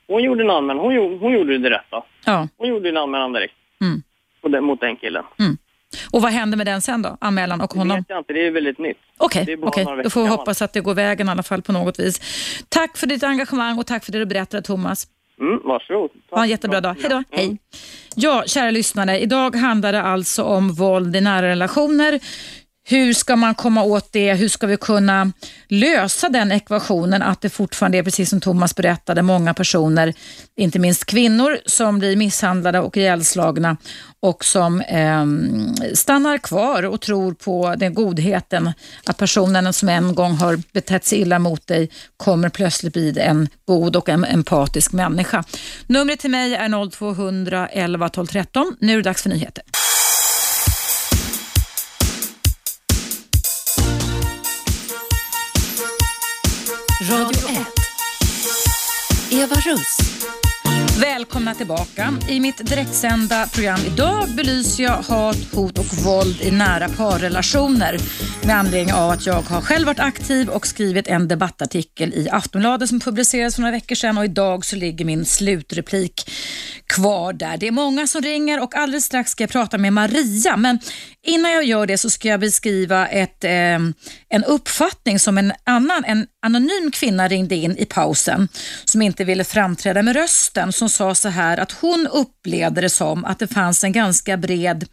[SPEAKER 7] hon gjorde en anmälan. Hon, gjorde, hon gjorde det rätta.
[SPEAKER 2] Ja.
[SPEAKER 7] Hon gjorde en anmälan direkt.
[SPEAKER 2] Mm.
[SPEAKER 7] Och den, mot den killen.
[SPEAKER 2] Mm. Och vad hände med den sen då? Anmälan och honom?
[SPEAKER 7] Det vet jag inte, det är väldigt nytt.
[SPEAKER 2] Okej, okay, okay. Då får vi hoppas att det går vägen i alla fall på något vis. Tack för ditt engagemang och tack för det du berättade, Thomas.
[SPEAKER 7] Mm, varsågod.
[SPEAKER 2] Ha en jättebra dag. Hej då. Mm. Hej. Ja, kära lyssnare. Idag handlar det alltså om våld i nära relationer. Hur ska man komma åt det? Hur ska vi kunna lösa den ekvationen att det fortfarande är, precis som Thomas berättade, många personer, inte minst kvinnor, som blir misshandlade och ihjälslagna och som eh, stannar kvar och tror på den godheten att personen som en gång har betett sig illa mot dig kommer plötsligt bli en god och en empatisk människa. Numret till mig är noll två hundra elva tolv tretton. Nu är det dags för nyheter.
[SPEAKER 1] Radio ett. Eva Russ.
[SPEAKER 2] Välkomna tillbaka. I mitt direktsända program idag belyser jag hat, hot och våld i nära parrelationer med anledning av att jag har själv varit aktiv och skrivit en debattartikel i Aftonbladet som publicerades för några veckor sedan, och idag så ligger min slutreplik kvar där. Det är många som ringer och alldeles strax ska jag prata med Maria, men innan jag gör det så ska jag beskriva ett, eh, en uppfattning som en annan, en anonym kvinna ringde in i pausen som inte ville framträda med rösten, som sa så här att hon upplevde det som att det fanns en ganska bred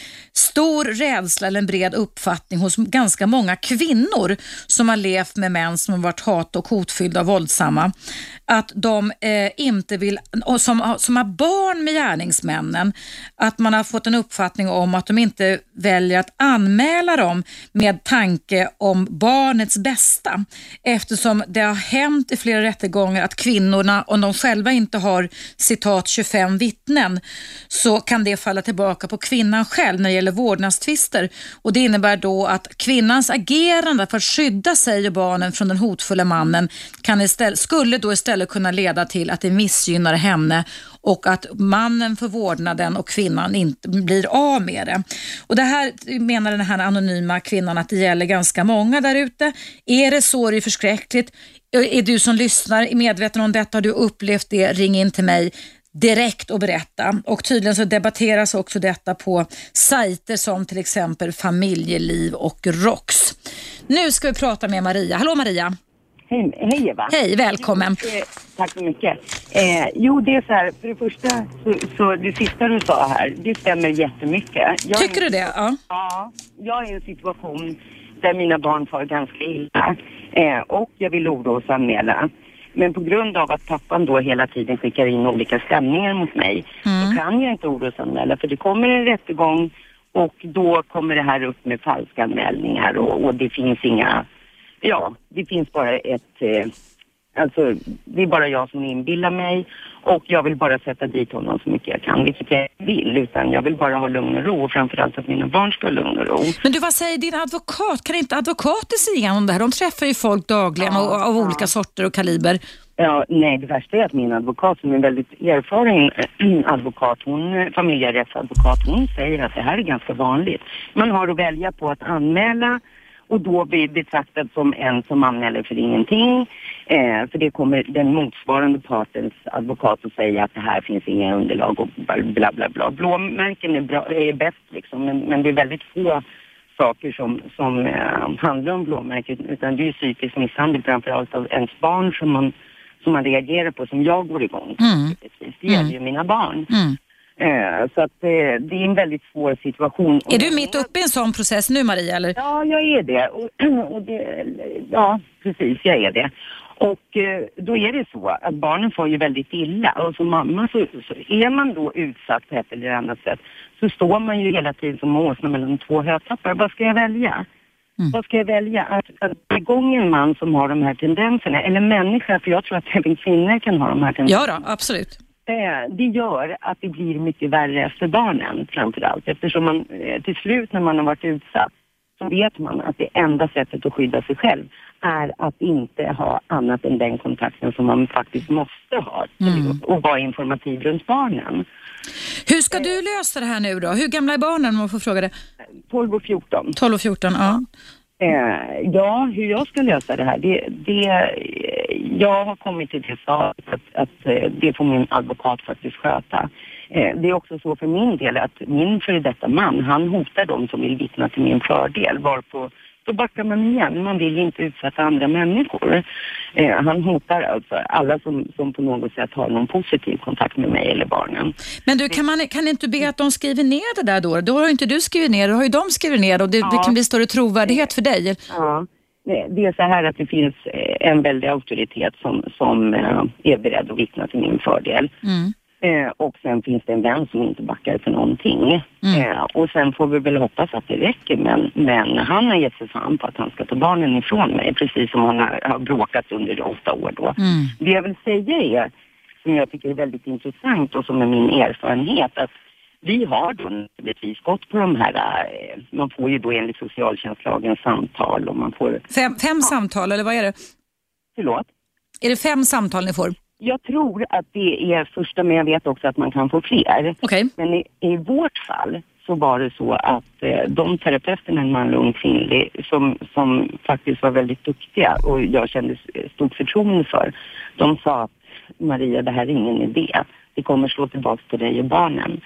[SPEAKER 2] stor rädsla eller en bred uppfattning hos ganska många kvinnor som har levt med män som har varit hat- och hotfyllda och våldsamma, att de eh, inte vill, och som, som har barn med gärningsmännen, att man har fått en uppfattning om att de inte väljer att anmäla dem med tanke om barnets bästa, eftersom det har hänt i flera rättegångar att kvinnorna, om de själva inte har citat tjugofem vittnen, så kan det falla tillbaka på kvinnan själv när det gäller vårdnadstvister, och det innebär då att kvinnans agerande för att skydda sig och barnen från den hotfulla mannen kan istället, skulle då istället kunna leda till att det missgynnar henne och att mannen får vårdnaden och kvinnan inte blir av med det. Och det här menar den här anonyma kvinnan att det gäller ganska många där ute. Är det så, är det förskräckligt. Är du som lyssnar medveten om detta, har du upplevt det, ring in till mig direkt och berätta. Och tydligen så debatteras också detta på sajter som till exempel Familjeliv och Rox. Nu ska vi prata med Maria. Hallå Maria.
[SPEAKER 8] Hej, hej Eva.
[SPEAKER 2] Hej, välkommen.
[SPEAKER 8] Jo, eh, tack så mycket. Eh, jo, det är så här, för det första, så, så det sista du sa här, det stämmer jättemycket. Jag
[SPEAKER 2] Tycker
[SPEAKER 8] är,
[SPEAKER 2] du det? Ja.
[SPEAKER 8] Ja, jag är i en situation där mina barn far ganska illa. Eh, och jag vill orosanmäla. Men på grund av att pappan då hela tiden skickar in olika stämningar mot mig, mm. så kan jag inte orosanmäla. För det kommer en rättegång och då kommer det här upp med falska anmälningar och, och det finns inga... Ja, det finns bara ett... Eh, alltså, det är bara jag som inbillar mig och jag vill bara sätta dit honom så mycket jag kan, vilket jag vill, utan jag vill bara ha lugn och ro och framförallt att mina barn ska ha lugn och ro.
[SPEAKER 2] Men du, vad säger din advokat? Kan inte advokater se igenom det här? De träffar ju folk dagligen ja, och, av ja. olika sorter och kaliber.
[SPEAKER 8] Ja, nej, det värsta är att min advokat, som är en väldigt erfaren advokat, hon, familjerättsadvokat, hon säger att det här är ganska vanligt. Man har att välja på att anmäla och då blir betraktad som en som anmäler för ingenting. Eh, för det kommer den motsvarande partens advokat att säga att det här finns inga underlag och bla bla bla. Blåmärken är, bra, är bäst liksom, men, men det är väldigt få saker som, som eh, handlar om blåmärken, utan det är psykisk misshandel framförallt av ens barn som man, som man reagerar på, som jag går igång på. Mm. Det gäller ju mina barn. Mm. Eh, så att eh, det är en väldigt svår situation.
[SPEAKER 2] Är du mitt uppe i en sån process nu, Maria? Eller?
[SPEAKER 8] Ja, jag är det. Och, och det. Ja, precis, jag är det. Och eh, då är det så att barnen får ju väldigt illa. Och som mamma så, så är man då utsatt på ett eller annat sätt, så står man ju hela tiden som åsna mellan två hötappar. Vad ska jag välja? Mm. Vad ska jag välja? Att, att igång en man som har de här tendenserna, eller människa, för jag tror att även kvinnor kan ha de här tendenserna.
[SPEAKER 2] Ja då, absolut.
[SPEAKER 8] Det gör att det blir mycket värre för barnen framförallt. Eftersom man till slut när man har varit utsatt så vet man att det enda sättet att skydda sig själv är att inte ha annat än den kontakten som man faktiskt måste ha. Mm. Och vara informativ runt barnen.
[SPEAKER 2] Hur ska du lösa det här nu då? Hur gamla är barnen om man får fråga det?
[SPEAKER 8] tolv och fjorton.
[SPEAKER 2] tolv och fjorton, ja.
[SPEAKER 8] Eh, ja, hur jag ska lösa det här, det, det, jag har kommit till det stadiet att, att eh, det får min advokat faktiskt sköta. Eh, det är också så för min del att min före detta man, han hotar dem som vill vittna till min fördel. Varpå då backar man igen. Man vill inte utsätta andra människor. Eh, han hotar alltså alla som, som på något sätt har någon positiv kontakt med mig eller barnen.
[SPEAKER 2] Men du, kan, man, kan inte be att de skriver ner det där då? Då har ju inte du skrivit ner, då har ju de skrivit ner och det, ja. det kan bli större trovärdighet för dig.
[SPEAKER 8] Ja, det är så här att det finns en väldig auktoritet som, som är beredd att vittna till min fördel. Mm. Eh, och sen finns det en vän som inte backar för någonting. Mm. Eh, och sen får vi väl hoppas att det räcker. Men, men han har gett sig fan på att han ska ta barnen ifrån mig. Precis som han har, har bråkat under åtta år då. Mm. Det jag vill säga är, som jag tycker är väldigt intressant och som är min erfarenhet, att vi har då naturligtvis gått på de här, eh, man får ju då enligt socialtjänstlagen samtal och man får...
[SPEAKER 2] Fem, fem ja. samtal eller vad är det?
[SPEAKER 8] Förlåt?
[SPEAKER 2] Är det fem samtal ni får?
[SPEAKER 8] Jag tror att det är första, men jag vet också att man kan få fler.
[SPEAKER 2] Okay.
[SPEAKER 8] Men i, i vårt fall så var det så att eh, de terapeuterna, en man och en kvinnlig, som, som faktiskt var väldigt duktiga och jag kände stort förtroende för, de sa att Maria, det här är ingen idé. Det kommer slå tillbaka på dig och barnen.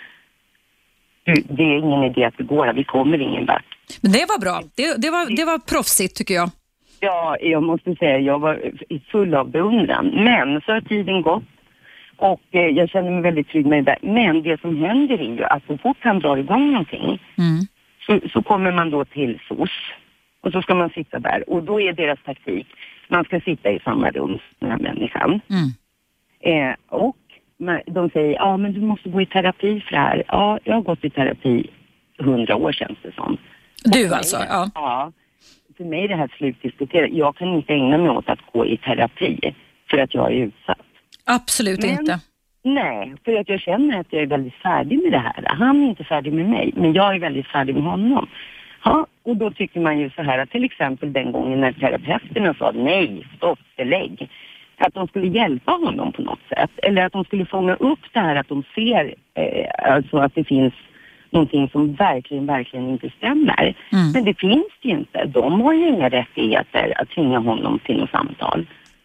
[SPEAKER 8] Du, det är ingen idé att vi går här, vi kommer ingen vart.
[SPEAKER 2] Men det var bra, det, det, var, det var proffsigt tycker jag.
[SPEAKER 8] Ja, jag måste säga, jag var full av beundran. Men så har tiden gått och eh, jag känner mig väldigt trygg med det. Men det som händer är ju att så fort han drar igång någonting mm. så, så kommer man då till S O S och så ska man sitta där. Och då är deras taktik, man ska sitta i samma rum som den här människan. Mm. Eh, och man, de säger, ja men du måste gå i terapi för det här. Ja, jag har gått i terapi hundra år känns det som.
[SPEAKER 2] Du alltså,
[SPEAKER 8] mig,
[SPEAKER 2] ja.
[SPEAKER 8] Ja. För mig är det här slutdiskuterat. Jag kan inte ägna mig åt att gå i terapi för att jag är utsatt.
[SPEAKER 2] Absolut men, inte.
[SPEAKER 8] Nej, för att jag känner att jag är väldigt färdig med det här. Han är inte färdig med mig, men jag är väldigt färdig med honom. Ja, och då tycker man ju så här att till exempel den gången när terapeuterna sa nej, stopp, lägg. Att de skulle hjälpa honom på något sätt. Eller att de skulle fånga upp det här att de ser eh, alltså att det finns någonting som verkligen, verkligen inte stämmer. Mm. Men det finns det ju inte. De har ju inga rättigheter att tvinga honom till något samtal.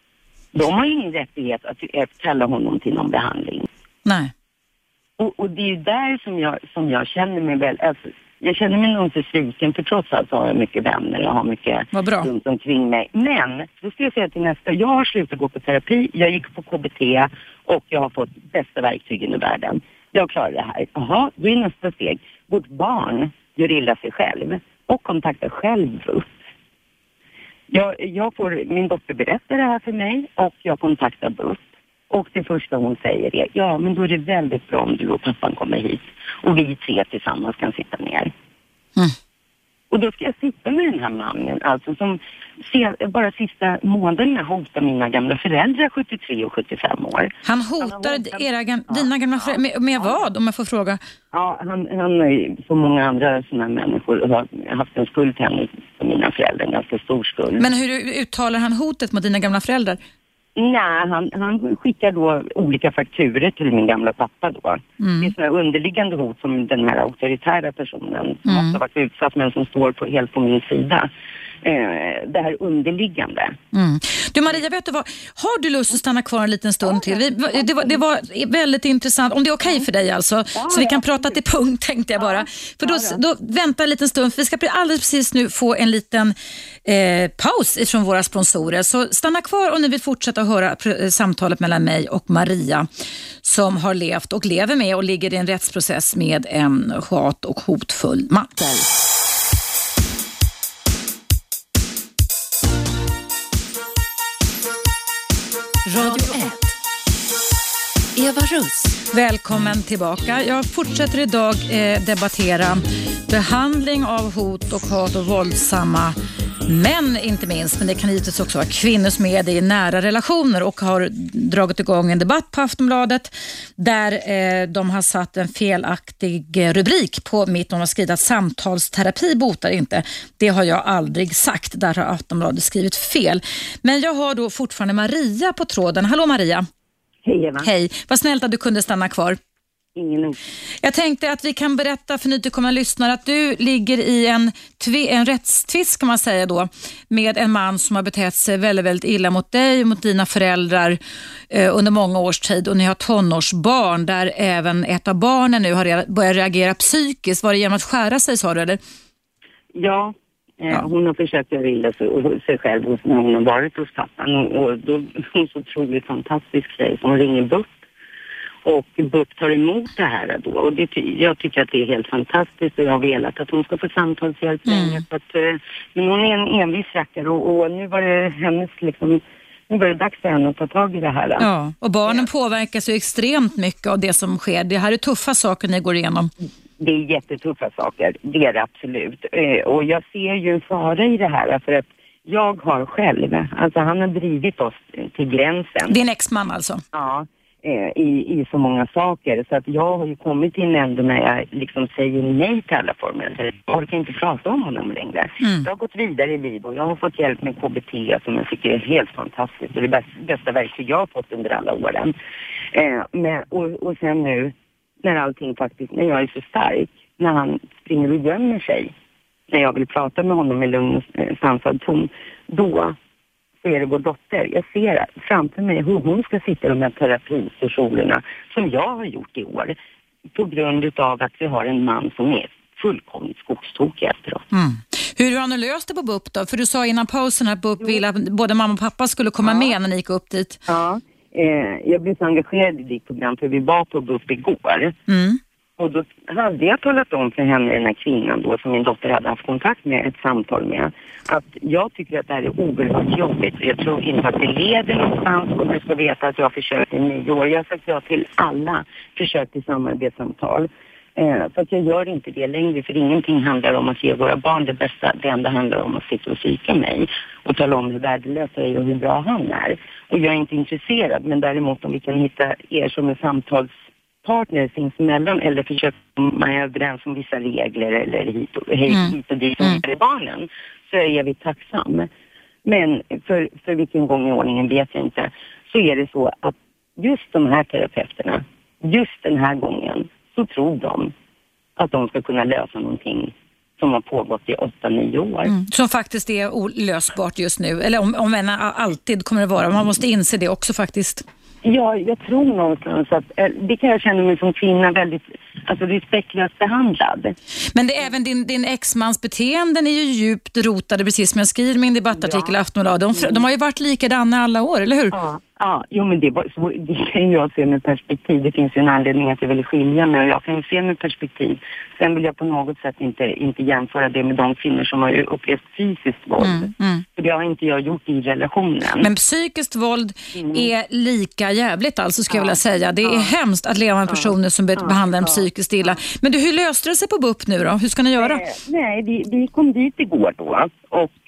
[SPEAKER 8] De har ju ingen rättighet att, att kalla honom till någon behandling.
[SPEAKER 2] Nej.
[SPEAKER 8] Och, och det är ju där som jag, som jag känner mig väl... Alltså, jag känner mig nog inte sviken, för trots allt så har jag mycket vänner. Jag har mycket runt omkring mig. Men, då ska jag säga till nästa. Jag har slutat gå på terapi. Jag gick på K B T och jag har fått bästa verktygen i världen. Jag klarar det här. Jaha, då är nästa steg. Vårt barn gör illa sig själv och kontaktar själv upp. Jag, jag får, min dotter berättar det här för mig och jag kontaktar B U P. Och det första hon säger är, ja men då är det väldigt bra om du och pappan kommer hit. Och vi tre tillsammans kan sitta ner. Mm. Och då ska jag sitta med den här mannen, alltså som se, bara sista månaderna hotar mina gamla föräldrar sjuttiotre och sjuttiofem år.
[SPEAKER 2] Han hotar, han hotar era, ja, dina gamla föräldrar, med, med ja. vad om jag får fråga?
[SPEAKER 8] Ja, han, han är som många andra sådana människor har haft en skuld till henne för mina föräldrar, en ganska stor skuld.
[SPEAKER 2] Men hur uttalar han hotet mot dina gamla föräldrar?
[SPEAKER 8] Nej, han, han skickar då olika fakturer till min gamla pappa då. Mm. Det är sådana underliggande hot som den här auktoritära personen som mm. också varit utsatt men som står på, helt på min sida. Eh, det här underliggande.
[SPEAKER 2] Mm. Du Maria, vet du vad? Har du lust att stanna kvar en liten stund till? Vi, det, var, det var väldigt intressant. Om det är okej okay för dig alltså. Ja, så vi kan ja. prata till punkt tänkte jag bara. För då, ja, då vänta en liten stund. För vi ska alldeles precis nu få en liten eh, paus ifrån våra sponsorer. Så stanna kvar om ni vill fortsätta att höra pr- samtalet mellan mig och Maria som har levt och lever med och ligger i en rättsprocess med en hat- och hotfull man.
[SPEAKER 1] Radio ett. Eva Russ.
[SPEAKER 2] Välkommen tillbaka. Jag fortsätter idag eh, debattera behandling av hot och hat och våldsamma män inte minst. Men det kan givetvis också vara kvinnor som är i nära relationer och har dragit igång en debatt på Aftonbladet där eh, de har satt en felaktig rubrik på mitt. De har skrivit att samtalsterapi botar inte. Det har jag aldrig sagt. Där har Aftonbladet skrivit fel. Men jag har då fortfarande Maria på tråden. Hallå Maria.
[SPEAKER 8] Hej Eva.
[SPEAKER 2] Hej. Vad snällt att du kunde stanna kvar.
[SPEAKER 8] ingen ord.
[SPEAKER 2] Jag tänkte att vi kan berätta för nytillkomna lyssnare att du ligger i en, tv- en rättstvist kan man säga då med en man som har betett sig väldigt, väldigt illa mot dig och mot dina föräldrar eh, under många års tid, och ni har tonårsbarn där även ett av barnen nu har re- börjat reagera psykiskt. Var det genom att skära sig, sa du, eller?
[SPEAKER 8] Ja.
[SPEAKER 2] Ja.
[SPEAKER 8] Hon har försökt göra illa sig själv när hon har varit hos pappan, och då är hon så otroligt fantastisk tjej som hon ringer B U P, och B U P tar emot det här då, och det, jag tycker att det är helt fantastiskt, och jag har velat att hon ska få samtalshjälp
[SPEAKER 2] mm.
[SPEAKER 8] länge, så att, men hon är en envis rackare, och, och nu var det hennes liksom, nu var det dags för henne att ta tag i det här.
[SPEAKER 2] Ja, och barnen ja. påverkas ju extremt mycket av det som sker. Det här är tuffa saker ni går igenom.
[SPEAKER 8] Det är jättetuffa saker, det är det absolut. Eh, och jag ser ju en fara i det här, för att jag har själv, alltså han har drivit oss till gränsen.
[SPEAKER 2] Din exman alltså?
[SPEAKER 8] Ja, eh, i, i så många saker. Så att jag har ju kommit till en ände när jag liksom säger nej till alla former. Jag orkar inte prata om honom längre. Mm. Jag har gått vidare i liv och jag har fått hjälp med K B T som jag tycker är helt fantastiskt. Det är det bästa, bästa verktyg jag har fått under alla åren. Eh, men, och, och sen nu, när allting faktiskt, när jag är så stark, när han springer och gömmer sig, när jag vill prata med honom i lugn och sansad ton, då är det vår dotter. Jag ser framför mig hur hon ska sitta i de här terapisessionerna som jag har gjort i år, på grund av att vi har en man som är fullkomligt skogstokig efter oss.
[SPEAKER 2] Mm. Hur har ni löst det på B U P då? För du sa innan pausen att B U P ville att både mamma och pappa skulle komma ja. med när ni gick upp dit.
[SPEAKER 8] Ja. Eh, jag blev så engagerad i ditt program för vi var på B U P igår.
[SPEAKER 2] Mm.
[SPEAKER 8] Och då hade jag talat om för henne, den här kvinnan då som min dotter hade haft kontakt med, ett samtal med, att jag tycker att det här är oerhört jobbigt. Jag tror inte att det leder någonstans, och du ska veta att jag har försökt i nio år. Jag har sagt ja till alla försök till samarbetssamtal. Eh, för att jag gör inte det längre, för ingenting handlar om att ge våra barn det bästa. Det enda handlar om att sitta och psyka mig och tala om hur värdelös jag är och hur bra han är. Och jag är inte intresserad, men däremot om vi kan hitta er som är samtalspartner sinsemellan, eller försöka komma överens om vissa regler eller hit och, hit, mm. hit och dit som mm. barnen, så är vi tacksam. Men för, för vilken gång i ordningen vet jag inte, så är det så att just de här terapeuterna, just den här gången, så tror de att de ska kunna lösa någonting som har pågått i åtta, nio år.
[SPEAKER 2] Mm. Som faktiskt är olösbart just nu. Eller om, om än alltid kommer det vara. Man måste inse det också faktiskt.
[SPEAKER 8] Ja, jag tror någonstans att det kan jag känna mig som kvinna väldigt, alltså respektlöst behandlad.
[SPEAKER 2] Men det är även din, din exmans beteenden är ju djupt rotade, precis som jag skriver i min debattartikel i Aftonbladet. De, de har ju varit likadana alla år, eller hur?
[SPEAKER 8] Ja, ja, jo, men det, var, så, det kan jag se med perspektiv. Det finns ju en anledning att jag vill skilja mig, och jag kan ju se med perspektiv. Sen vill jag på något sätt inte, inte jämföra det med de kvinnor som har upplevt fysiskt våld. Mm, mm. För det har inte jag gjort i relationen.
[SPEAKER 2] Men psykiskt våld mm. är lika jävligt, alltså ska ja. jag vilja säga. Det är ja. hemskt att leva med personer som ja. behandlar en psykiskt illa. Men du, hur löste det sig på B U P nu då? Hur ska ni göra?
[SPEAKER 8] Eh, nej, vi, vi kom dit igår då. Och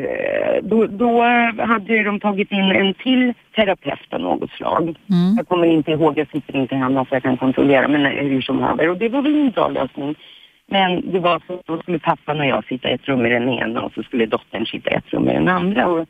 [SPEAKER 8] eh, då, då hade de tagit in en till terapeut av något slag. Mm. Jag kommer inte ihåg, jag sitter inte hemma så jag kan kontrollera, men hur som haver. Och det var väl en bra lösning. Men det var så, då skulle pappan och jag sitta i ett rum i den ena, och så skulle dottern sitta i ett rum i den andra. Och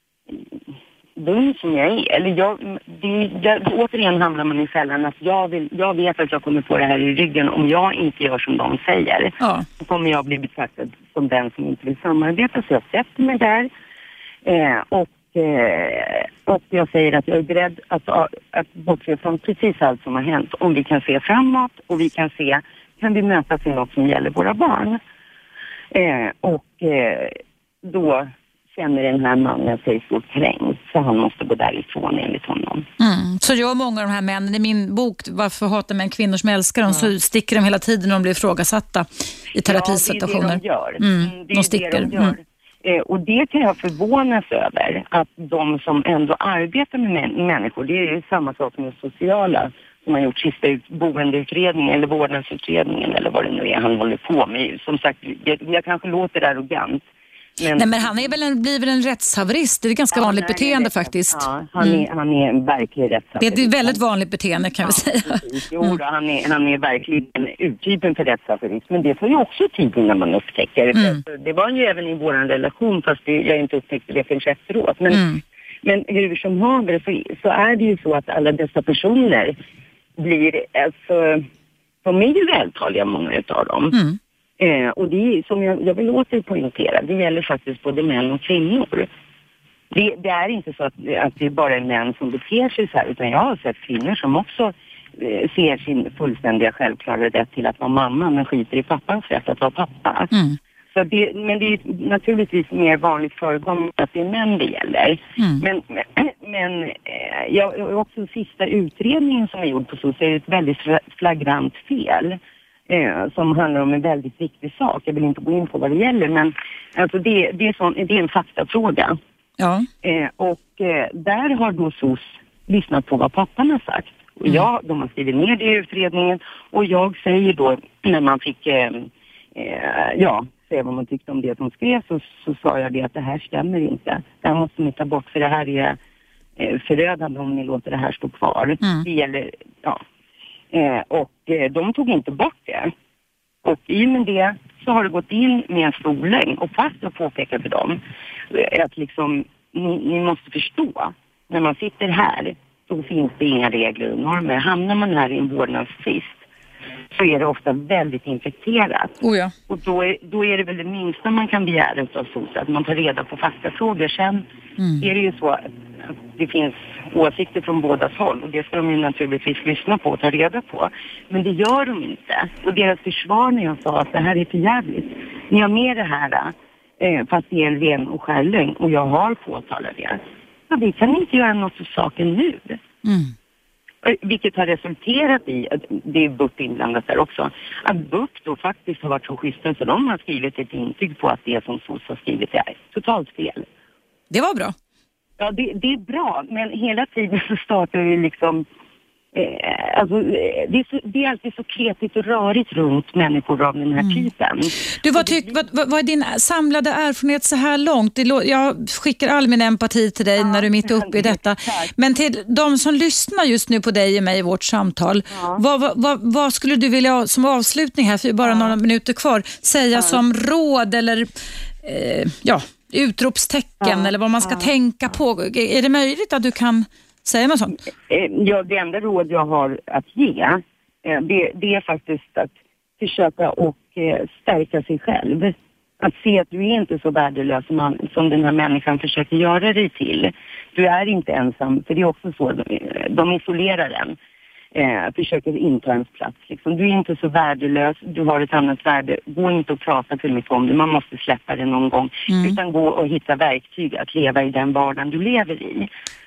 [SPEAKER 8] dum som jag är, eller jag, det, jag, återigen hamnar man i fällan att jag, vill, jag vet att jag kommer få det här i ryggen om jag inte gör som de säger. Ja. Så kommer jag bli betraktad som den som inte vill samarbeta, så jag sätter mig där eh, och, eh, och jag säger att jag är beredd att, att bortse från precis allt som har hänt, om vi kan se framåt och vi kan se, kan vi mötas i något som gäller våra barn. Eh, och eh, då känner den här mannen sig så kränkt så han måste gå därifrån enligt honom.
[SPEAKER 2] Mm. Så gör många av de här männen i min bok Varför hatar män kvinnor som älskar dem, ja. så sticker de hela tiden när de blir ifrågasatta i terapisituationer.
[SPEAKER 8] Ja, det är det de gör.
[SPEAKER 2] Mm.
[SPEAKER 8] Det är
[SPEAKER 2] de sticker.
[SPEAKER 8] Det de gör. Mm. Eh, och det kan jag förvånas över, att de som ändå arbetar med män- människor, det är ju samma sak med sociala, som har gjort sista ut- boendeutredningen eller vårdnadsutredningen eller vad det nu är han håller på med. Som sagt, jag, jag kanske låter arrogant. Men,
[SPEAKER 2] nej, men han är väl en, blir väl en rättshaverist. Det är ett ganska ja, vanligt nej, beteende rätt, faktiskt.
[SPEAKER 8] Ja, han, mm. är, han är en verklig rättshaverist.
[SPEAKER 2] Det är ett väldigt vanligt beteende kan ja, vi säga.
[SPEAKER 8] Jo, mm. han, är, han är verkligen uttypen för rättshaverist. Men det tar ju också tid innan man upptäcker. Mm. Det var ju även i vår relation, fast det, jag inte upptäckte det förrän efteråt. Men, mm. men hur som haver så, så är det ju så att alla dessa personer blir, alltså, de är ju vältaliga många utav dem.
[SPEAKER 2] Mm.
[SPEAKER 8] Eh, och det är, som jag, jag vill åter poängtera, det gäller faktiskt både män och kvinnor. Det, det är inte så att, att det är bara är män som beter sig så här, utan jag har sett kvinnor som också eh, ser sin fullständiga självklara rätt till att vara mamma, men skiter i pappans rätt att vara pappa.
[SPEAKER 2] Mm.
[SPEAKER 8] Så det, men det är naturligtvis mer vanligt förekommande att det är män det gäller.
[SPEAKER 2] Mm.
[SPEAKER 8] Men, men eh, jag, också sista utredningen som är gjord på så, så är det ett väldigt flagrant fel. Eh, som handlar om en väldigt viktig sak. Jag vill inte gå in på vad det gäller, men alltså det, det, är, sån, det är en faktafråga.
[SPEAKER 2] Ja.
[SPEAKER 8] Eh, och eh, där har då S O S lyssnat på vad pappan har sagt. Och
[SPEAKER 2] Mm.
[SPEAKER 8] jag, de har skrivit ner det i utredningen, och jag säger då, när man fick eh, eh, ja, säga vad man tyckte om det som skrevs, så, så sa jag det att det här stämmer inte. Det här måste ni ta bort, för det här är eh, förödande om ni låter det här stå kvar.
[SPEAKER 2] Mm.
[SPEAKER 8] Det gäller, ja. Eh, och eh, de tog inte bort det. Och i och med det så har det gått in med en stor lögn. Och fast jag påpekar för dem eh, att liksom, ni, ni måste förstå, när man sitter här så finns det inga regler och normer. Hamnar man här i en vårdnadstvist så är det ofta väldigt infekterat.
[SPEAKER 2] Oh ja.
[SPEAKER 8] Och då är, då är det väl det minsta man kan begära av S O S, att man tar reda på faktafrågor. Sen mm. är det ju så att det finns åsikter från bådas håll, och det ska de ju naturligtvis lyssna på och ta reda på. Men det gör de inte. Och deras försvar när jag sa att det här är för jävligt. Ni har med det här, eh, fast det är en ren och skär lögn, och jag har påtalat det. Så vi kan inte göra något för saken nu. Mm. Vilket har resulterat i, att det är B U P inblandat där också, att B U P då faktiskt har varit så schyssta så de har skrivit ett intyg på att det som S O S har skrivit är totalt fel.
[SPEAKER 2] Det var bra.
[SPEAKER 8] Ja, det, det är bra, men hela tiden så startar vi liksom, eh, alltså, det, är så, det är alltid så kretigt och rörigt runt människor av den här mm. typen.
[SPEAKER 2] Du, vad, tyck, vad, vad, vad är din samlade erfarenhet så här långt? Det, jag skickar all min empati till dig ja, när du är mitt uppe i detta. Tack. Men till de som lyssnar just nu på dig och mig i vårt samtal, ja. vad, vad, vad, vad skulle du vilja som avslutning här, för bara ja. några minuter kvar, säga ja. som råd eller eh, ja... utropstecken ja, eller vad man ska ja, tänka på. Är det möjligt att du kan säga något sånt?
[SPEAKER 8] Ja, det enda råd jag har att ge det, det är faktiskt att försöka och stärka sig själv. Att se att du är inte så värdelös som, man, som den här människan försöker göra dig till. Du är inte ensam, för det är också så. De, de isolerar den. Eh, försöker inta ens plats. Liksom. Du är inte så värdelös, du har ett annat värde. Gå inte och prata för mycket om det, man måste släppa det någon gång. Mm. Utan gå och hitta verktyg att leva i den vardagen du lever i.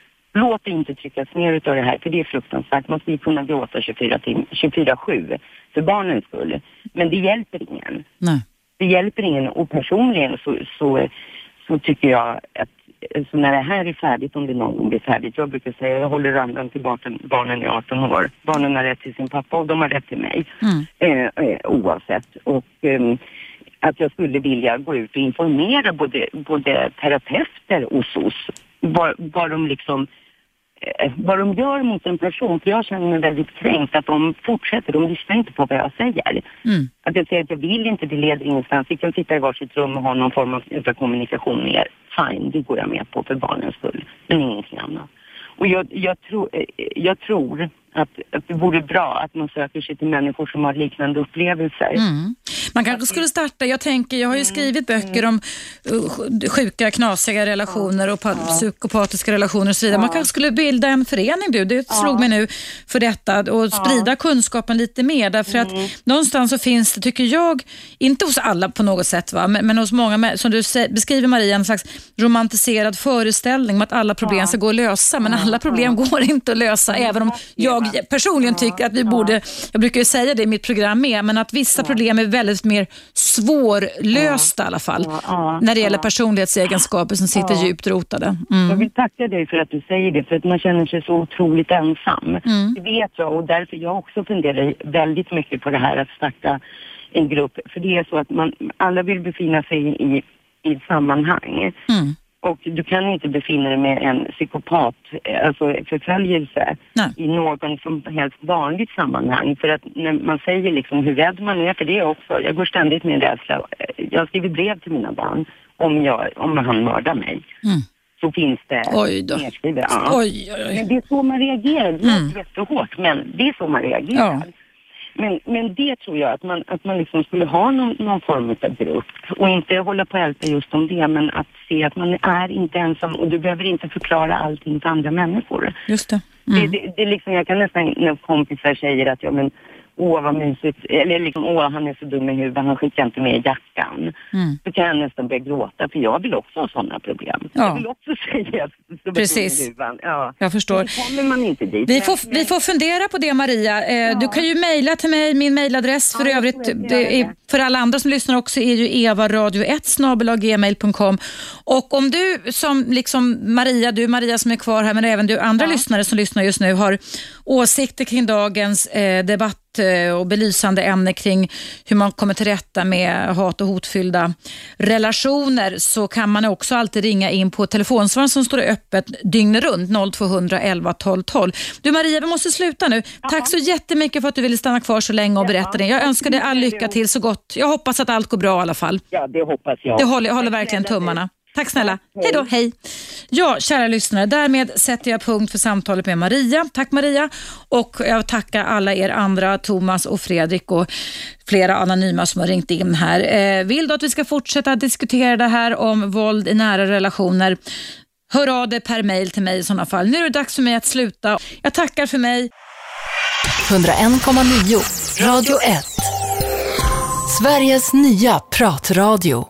[SPEAKER 8] Låt inte tryckas ner utav det här, för det är fruktansvärt. Man ska ju kunna gråta tjugofyra sju för barnens skull. Men det hjälper ingen. Nej. Det hjälper ingen, och personligen så, så, så tycker jag att så när det här är färdigt, om det någon gång blir färdigt, jag brukar säga, jag håller andan till barnen, barnen i arton år. Barnen har rätt till sin pappa och de har rätt till mig. Mm. Eh, eh, oavsett. Och eh, att jag skulle vilja gå ut och informera både, både terapeuter och S O S vad, vad de liksom eh, vad de gör mot en person. För jag känner mig väldigt kränkt att de fortsätter, de lyssnar inte på vad jag säger. Mm. Att jag säger att jag vill inte, det leder ingenstans. Vi kan sitta i varsitt rum och ha någon form av, av kommunikation med er. Fine, det går jag med på för barnens skull. Men ingenting annat. Och jag, jag, tro, jag tror att, att det vore bra att man söker sig till människor som har liknande upplevelser.
[SPEAKER 2] Mm. Man kanske skulle starta, jag tänker, jag har ju skrivit böcker mm. om uh, sjuka, knasiga relationer och ja. psykopatiska relationer och så vidare. Ja. Man kanske skulle bilda en förening, du, det ja. slog mig nu för detta, och sprida ja. kunskapen lite mer, därför mm. att någonstans så finns det, tycker jag, inte hos alla på något sätt, va? Men, men hos många, som du beskriver Maria, en slags romantiserad föreställning om att alla problem ja. ska gå att lösa, men alla problem ja. går inte att lösa, även om jag personligen tycker att vi borde, jag brukar ju säga det i mitt program med, men att vissa ja. problem är väldigt mer svårlösta ja. i alla fall, ja. Ja. när det gäller personlighetsegenskaper som sitter ja. djupt rotade. Mm.
[SPEAKER 8] Jag vill tacka dig för att du säger det, för att man känner sig så otroligt ensam. Mm. Det vet jag, och därför jag också funderar väldigt mycket på det här att starta en grupp, för det är så att man, alla vill befinna sig i, i ett sammanhang. Mm. Och du kan inte befinna dig med en psykopat, alltså förföljelse, Nej. i någon som helst vanligt sammanhang. För att när man säger liksom hur rädd man är för det också. Jag går ständigt med en rädsla. Jag skriver brev till mina barn om, jag, om han mördar mig. Mm. så finns det nedskrivet. Ja.
[SPEAKER 2] Oj, oj, oj.
[SPEAKER 8] Men det är så man reagerar. Det är mm. jättehårt, men det är så man reagerar.
[SPEAKER 2] Ja.
[SPEAKER 8] Men, men det tror jag att man, att man liksom skulle ha någon, någon form av grupp och inte hålla på att älta just om det, men att se att man är inte ensam och du behöver inte förklara allting för andra människor.
[SPEAKER 2] Just det.
[SPEAKER 8] Mm. det, det, det är liksom, jag kan nästan när kompisar säger att ja men åh vad mysigt, eller liksom åh han är så dum i huvudet, han skickar inte med jackan. Mm. Så kan jag nästan börja gråta, för jag vill också ha sådana problem. Ja. Jag vill också säga att
[SPEAKER 2] precis.
[SPEAKER 8] I huvudet. Ja.
[SPEAKER 2] Jag förstår.
[SPEAKER 8] Så kommer man inte dit.
[SPEAKER 2] Vi får, vi får fundera på det, Maria. Eh, ja. Du kan ju mejla till mig, min mejladress för ja, övrigt, det är, för alla andra som lyssnar också, är ju evaradio ett snabel-a gmail punkt com. Och om du som liksom Maria, du Maria som är kvar här, men även du andra ja. lyssnare som lyssnar just nu har åsikter kring dagens eh, debatt och belysande ämne kring hur man kommer till rätta med hat- och hotfyllda relationer, så kan man också alltid ringa in på telefonsvararen som står öppet dygnet runt noll två elva tolv tolv. Du Maria, vi måste sluta nu. Aha. Tack så jättemycket för att du ville stanna kvar så länge och berätta det. Jag önskar dig all lycka till så gott. Jag hoppas att allt går bra i alla fall.
[SPEAKER 8] Ja, det hoppas jag.
[SPEAKER 2] Det håller, jag håller verkligen tummarna. Tack snälla. Hej då, hej. Ja, kära lyssnare, därmed sätter jag punkt för samtalet med Maria. Tack Maria. Och jag tackar alla er andra, Thomas och Fredrik och flera anonyma som har ringt in här. Eh, vill du att vi ska fortsätta diskutera det här om våld i nära relationer? Hör av dig per mejl till mig i sådana fall. Nu är det dags för mig att sluta. Jag tackar för mig.
[SPEAKER 1] hundraen komma nio Radio ett. Sveriges nya pratradio.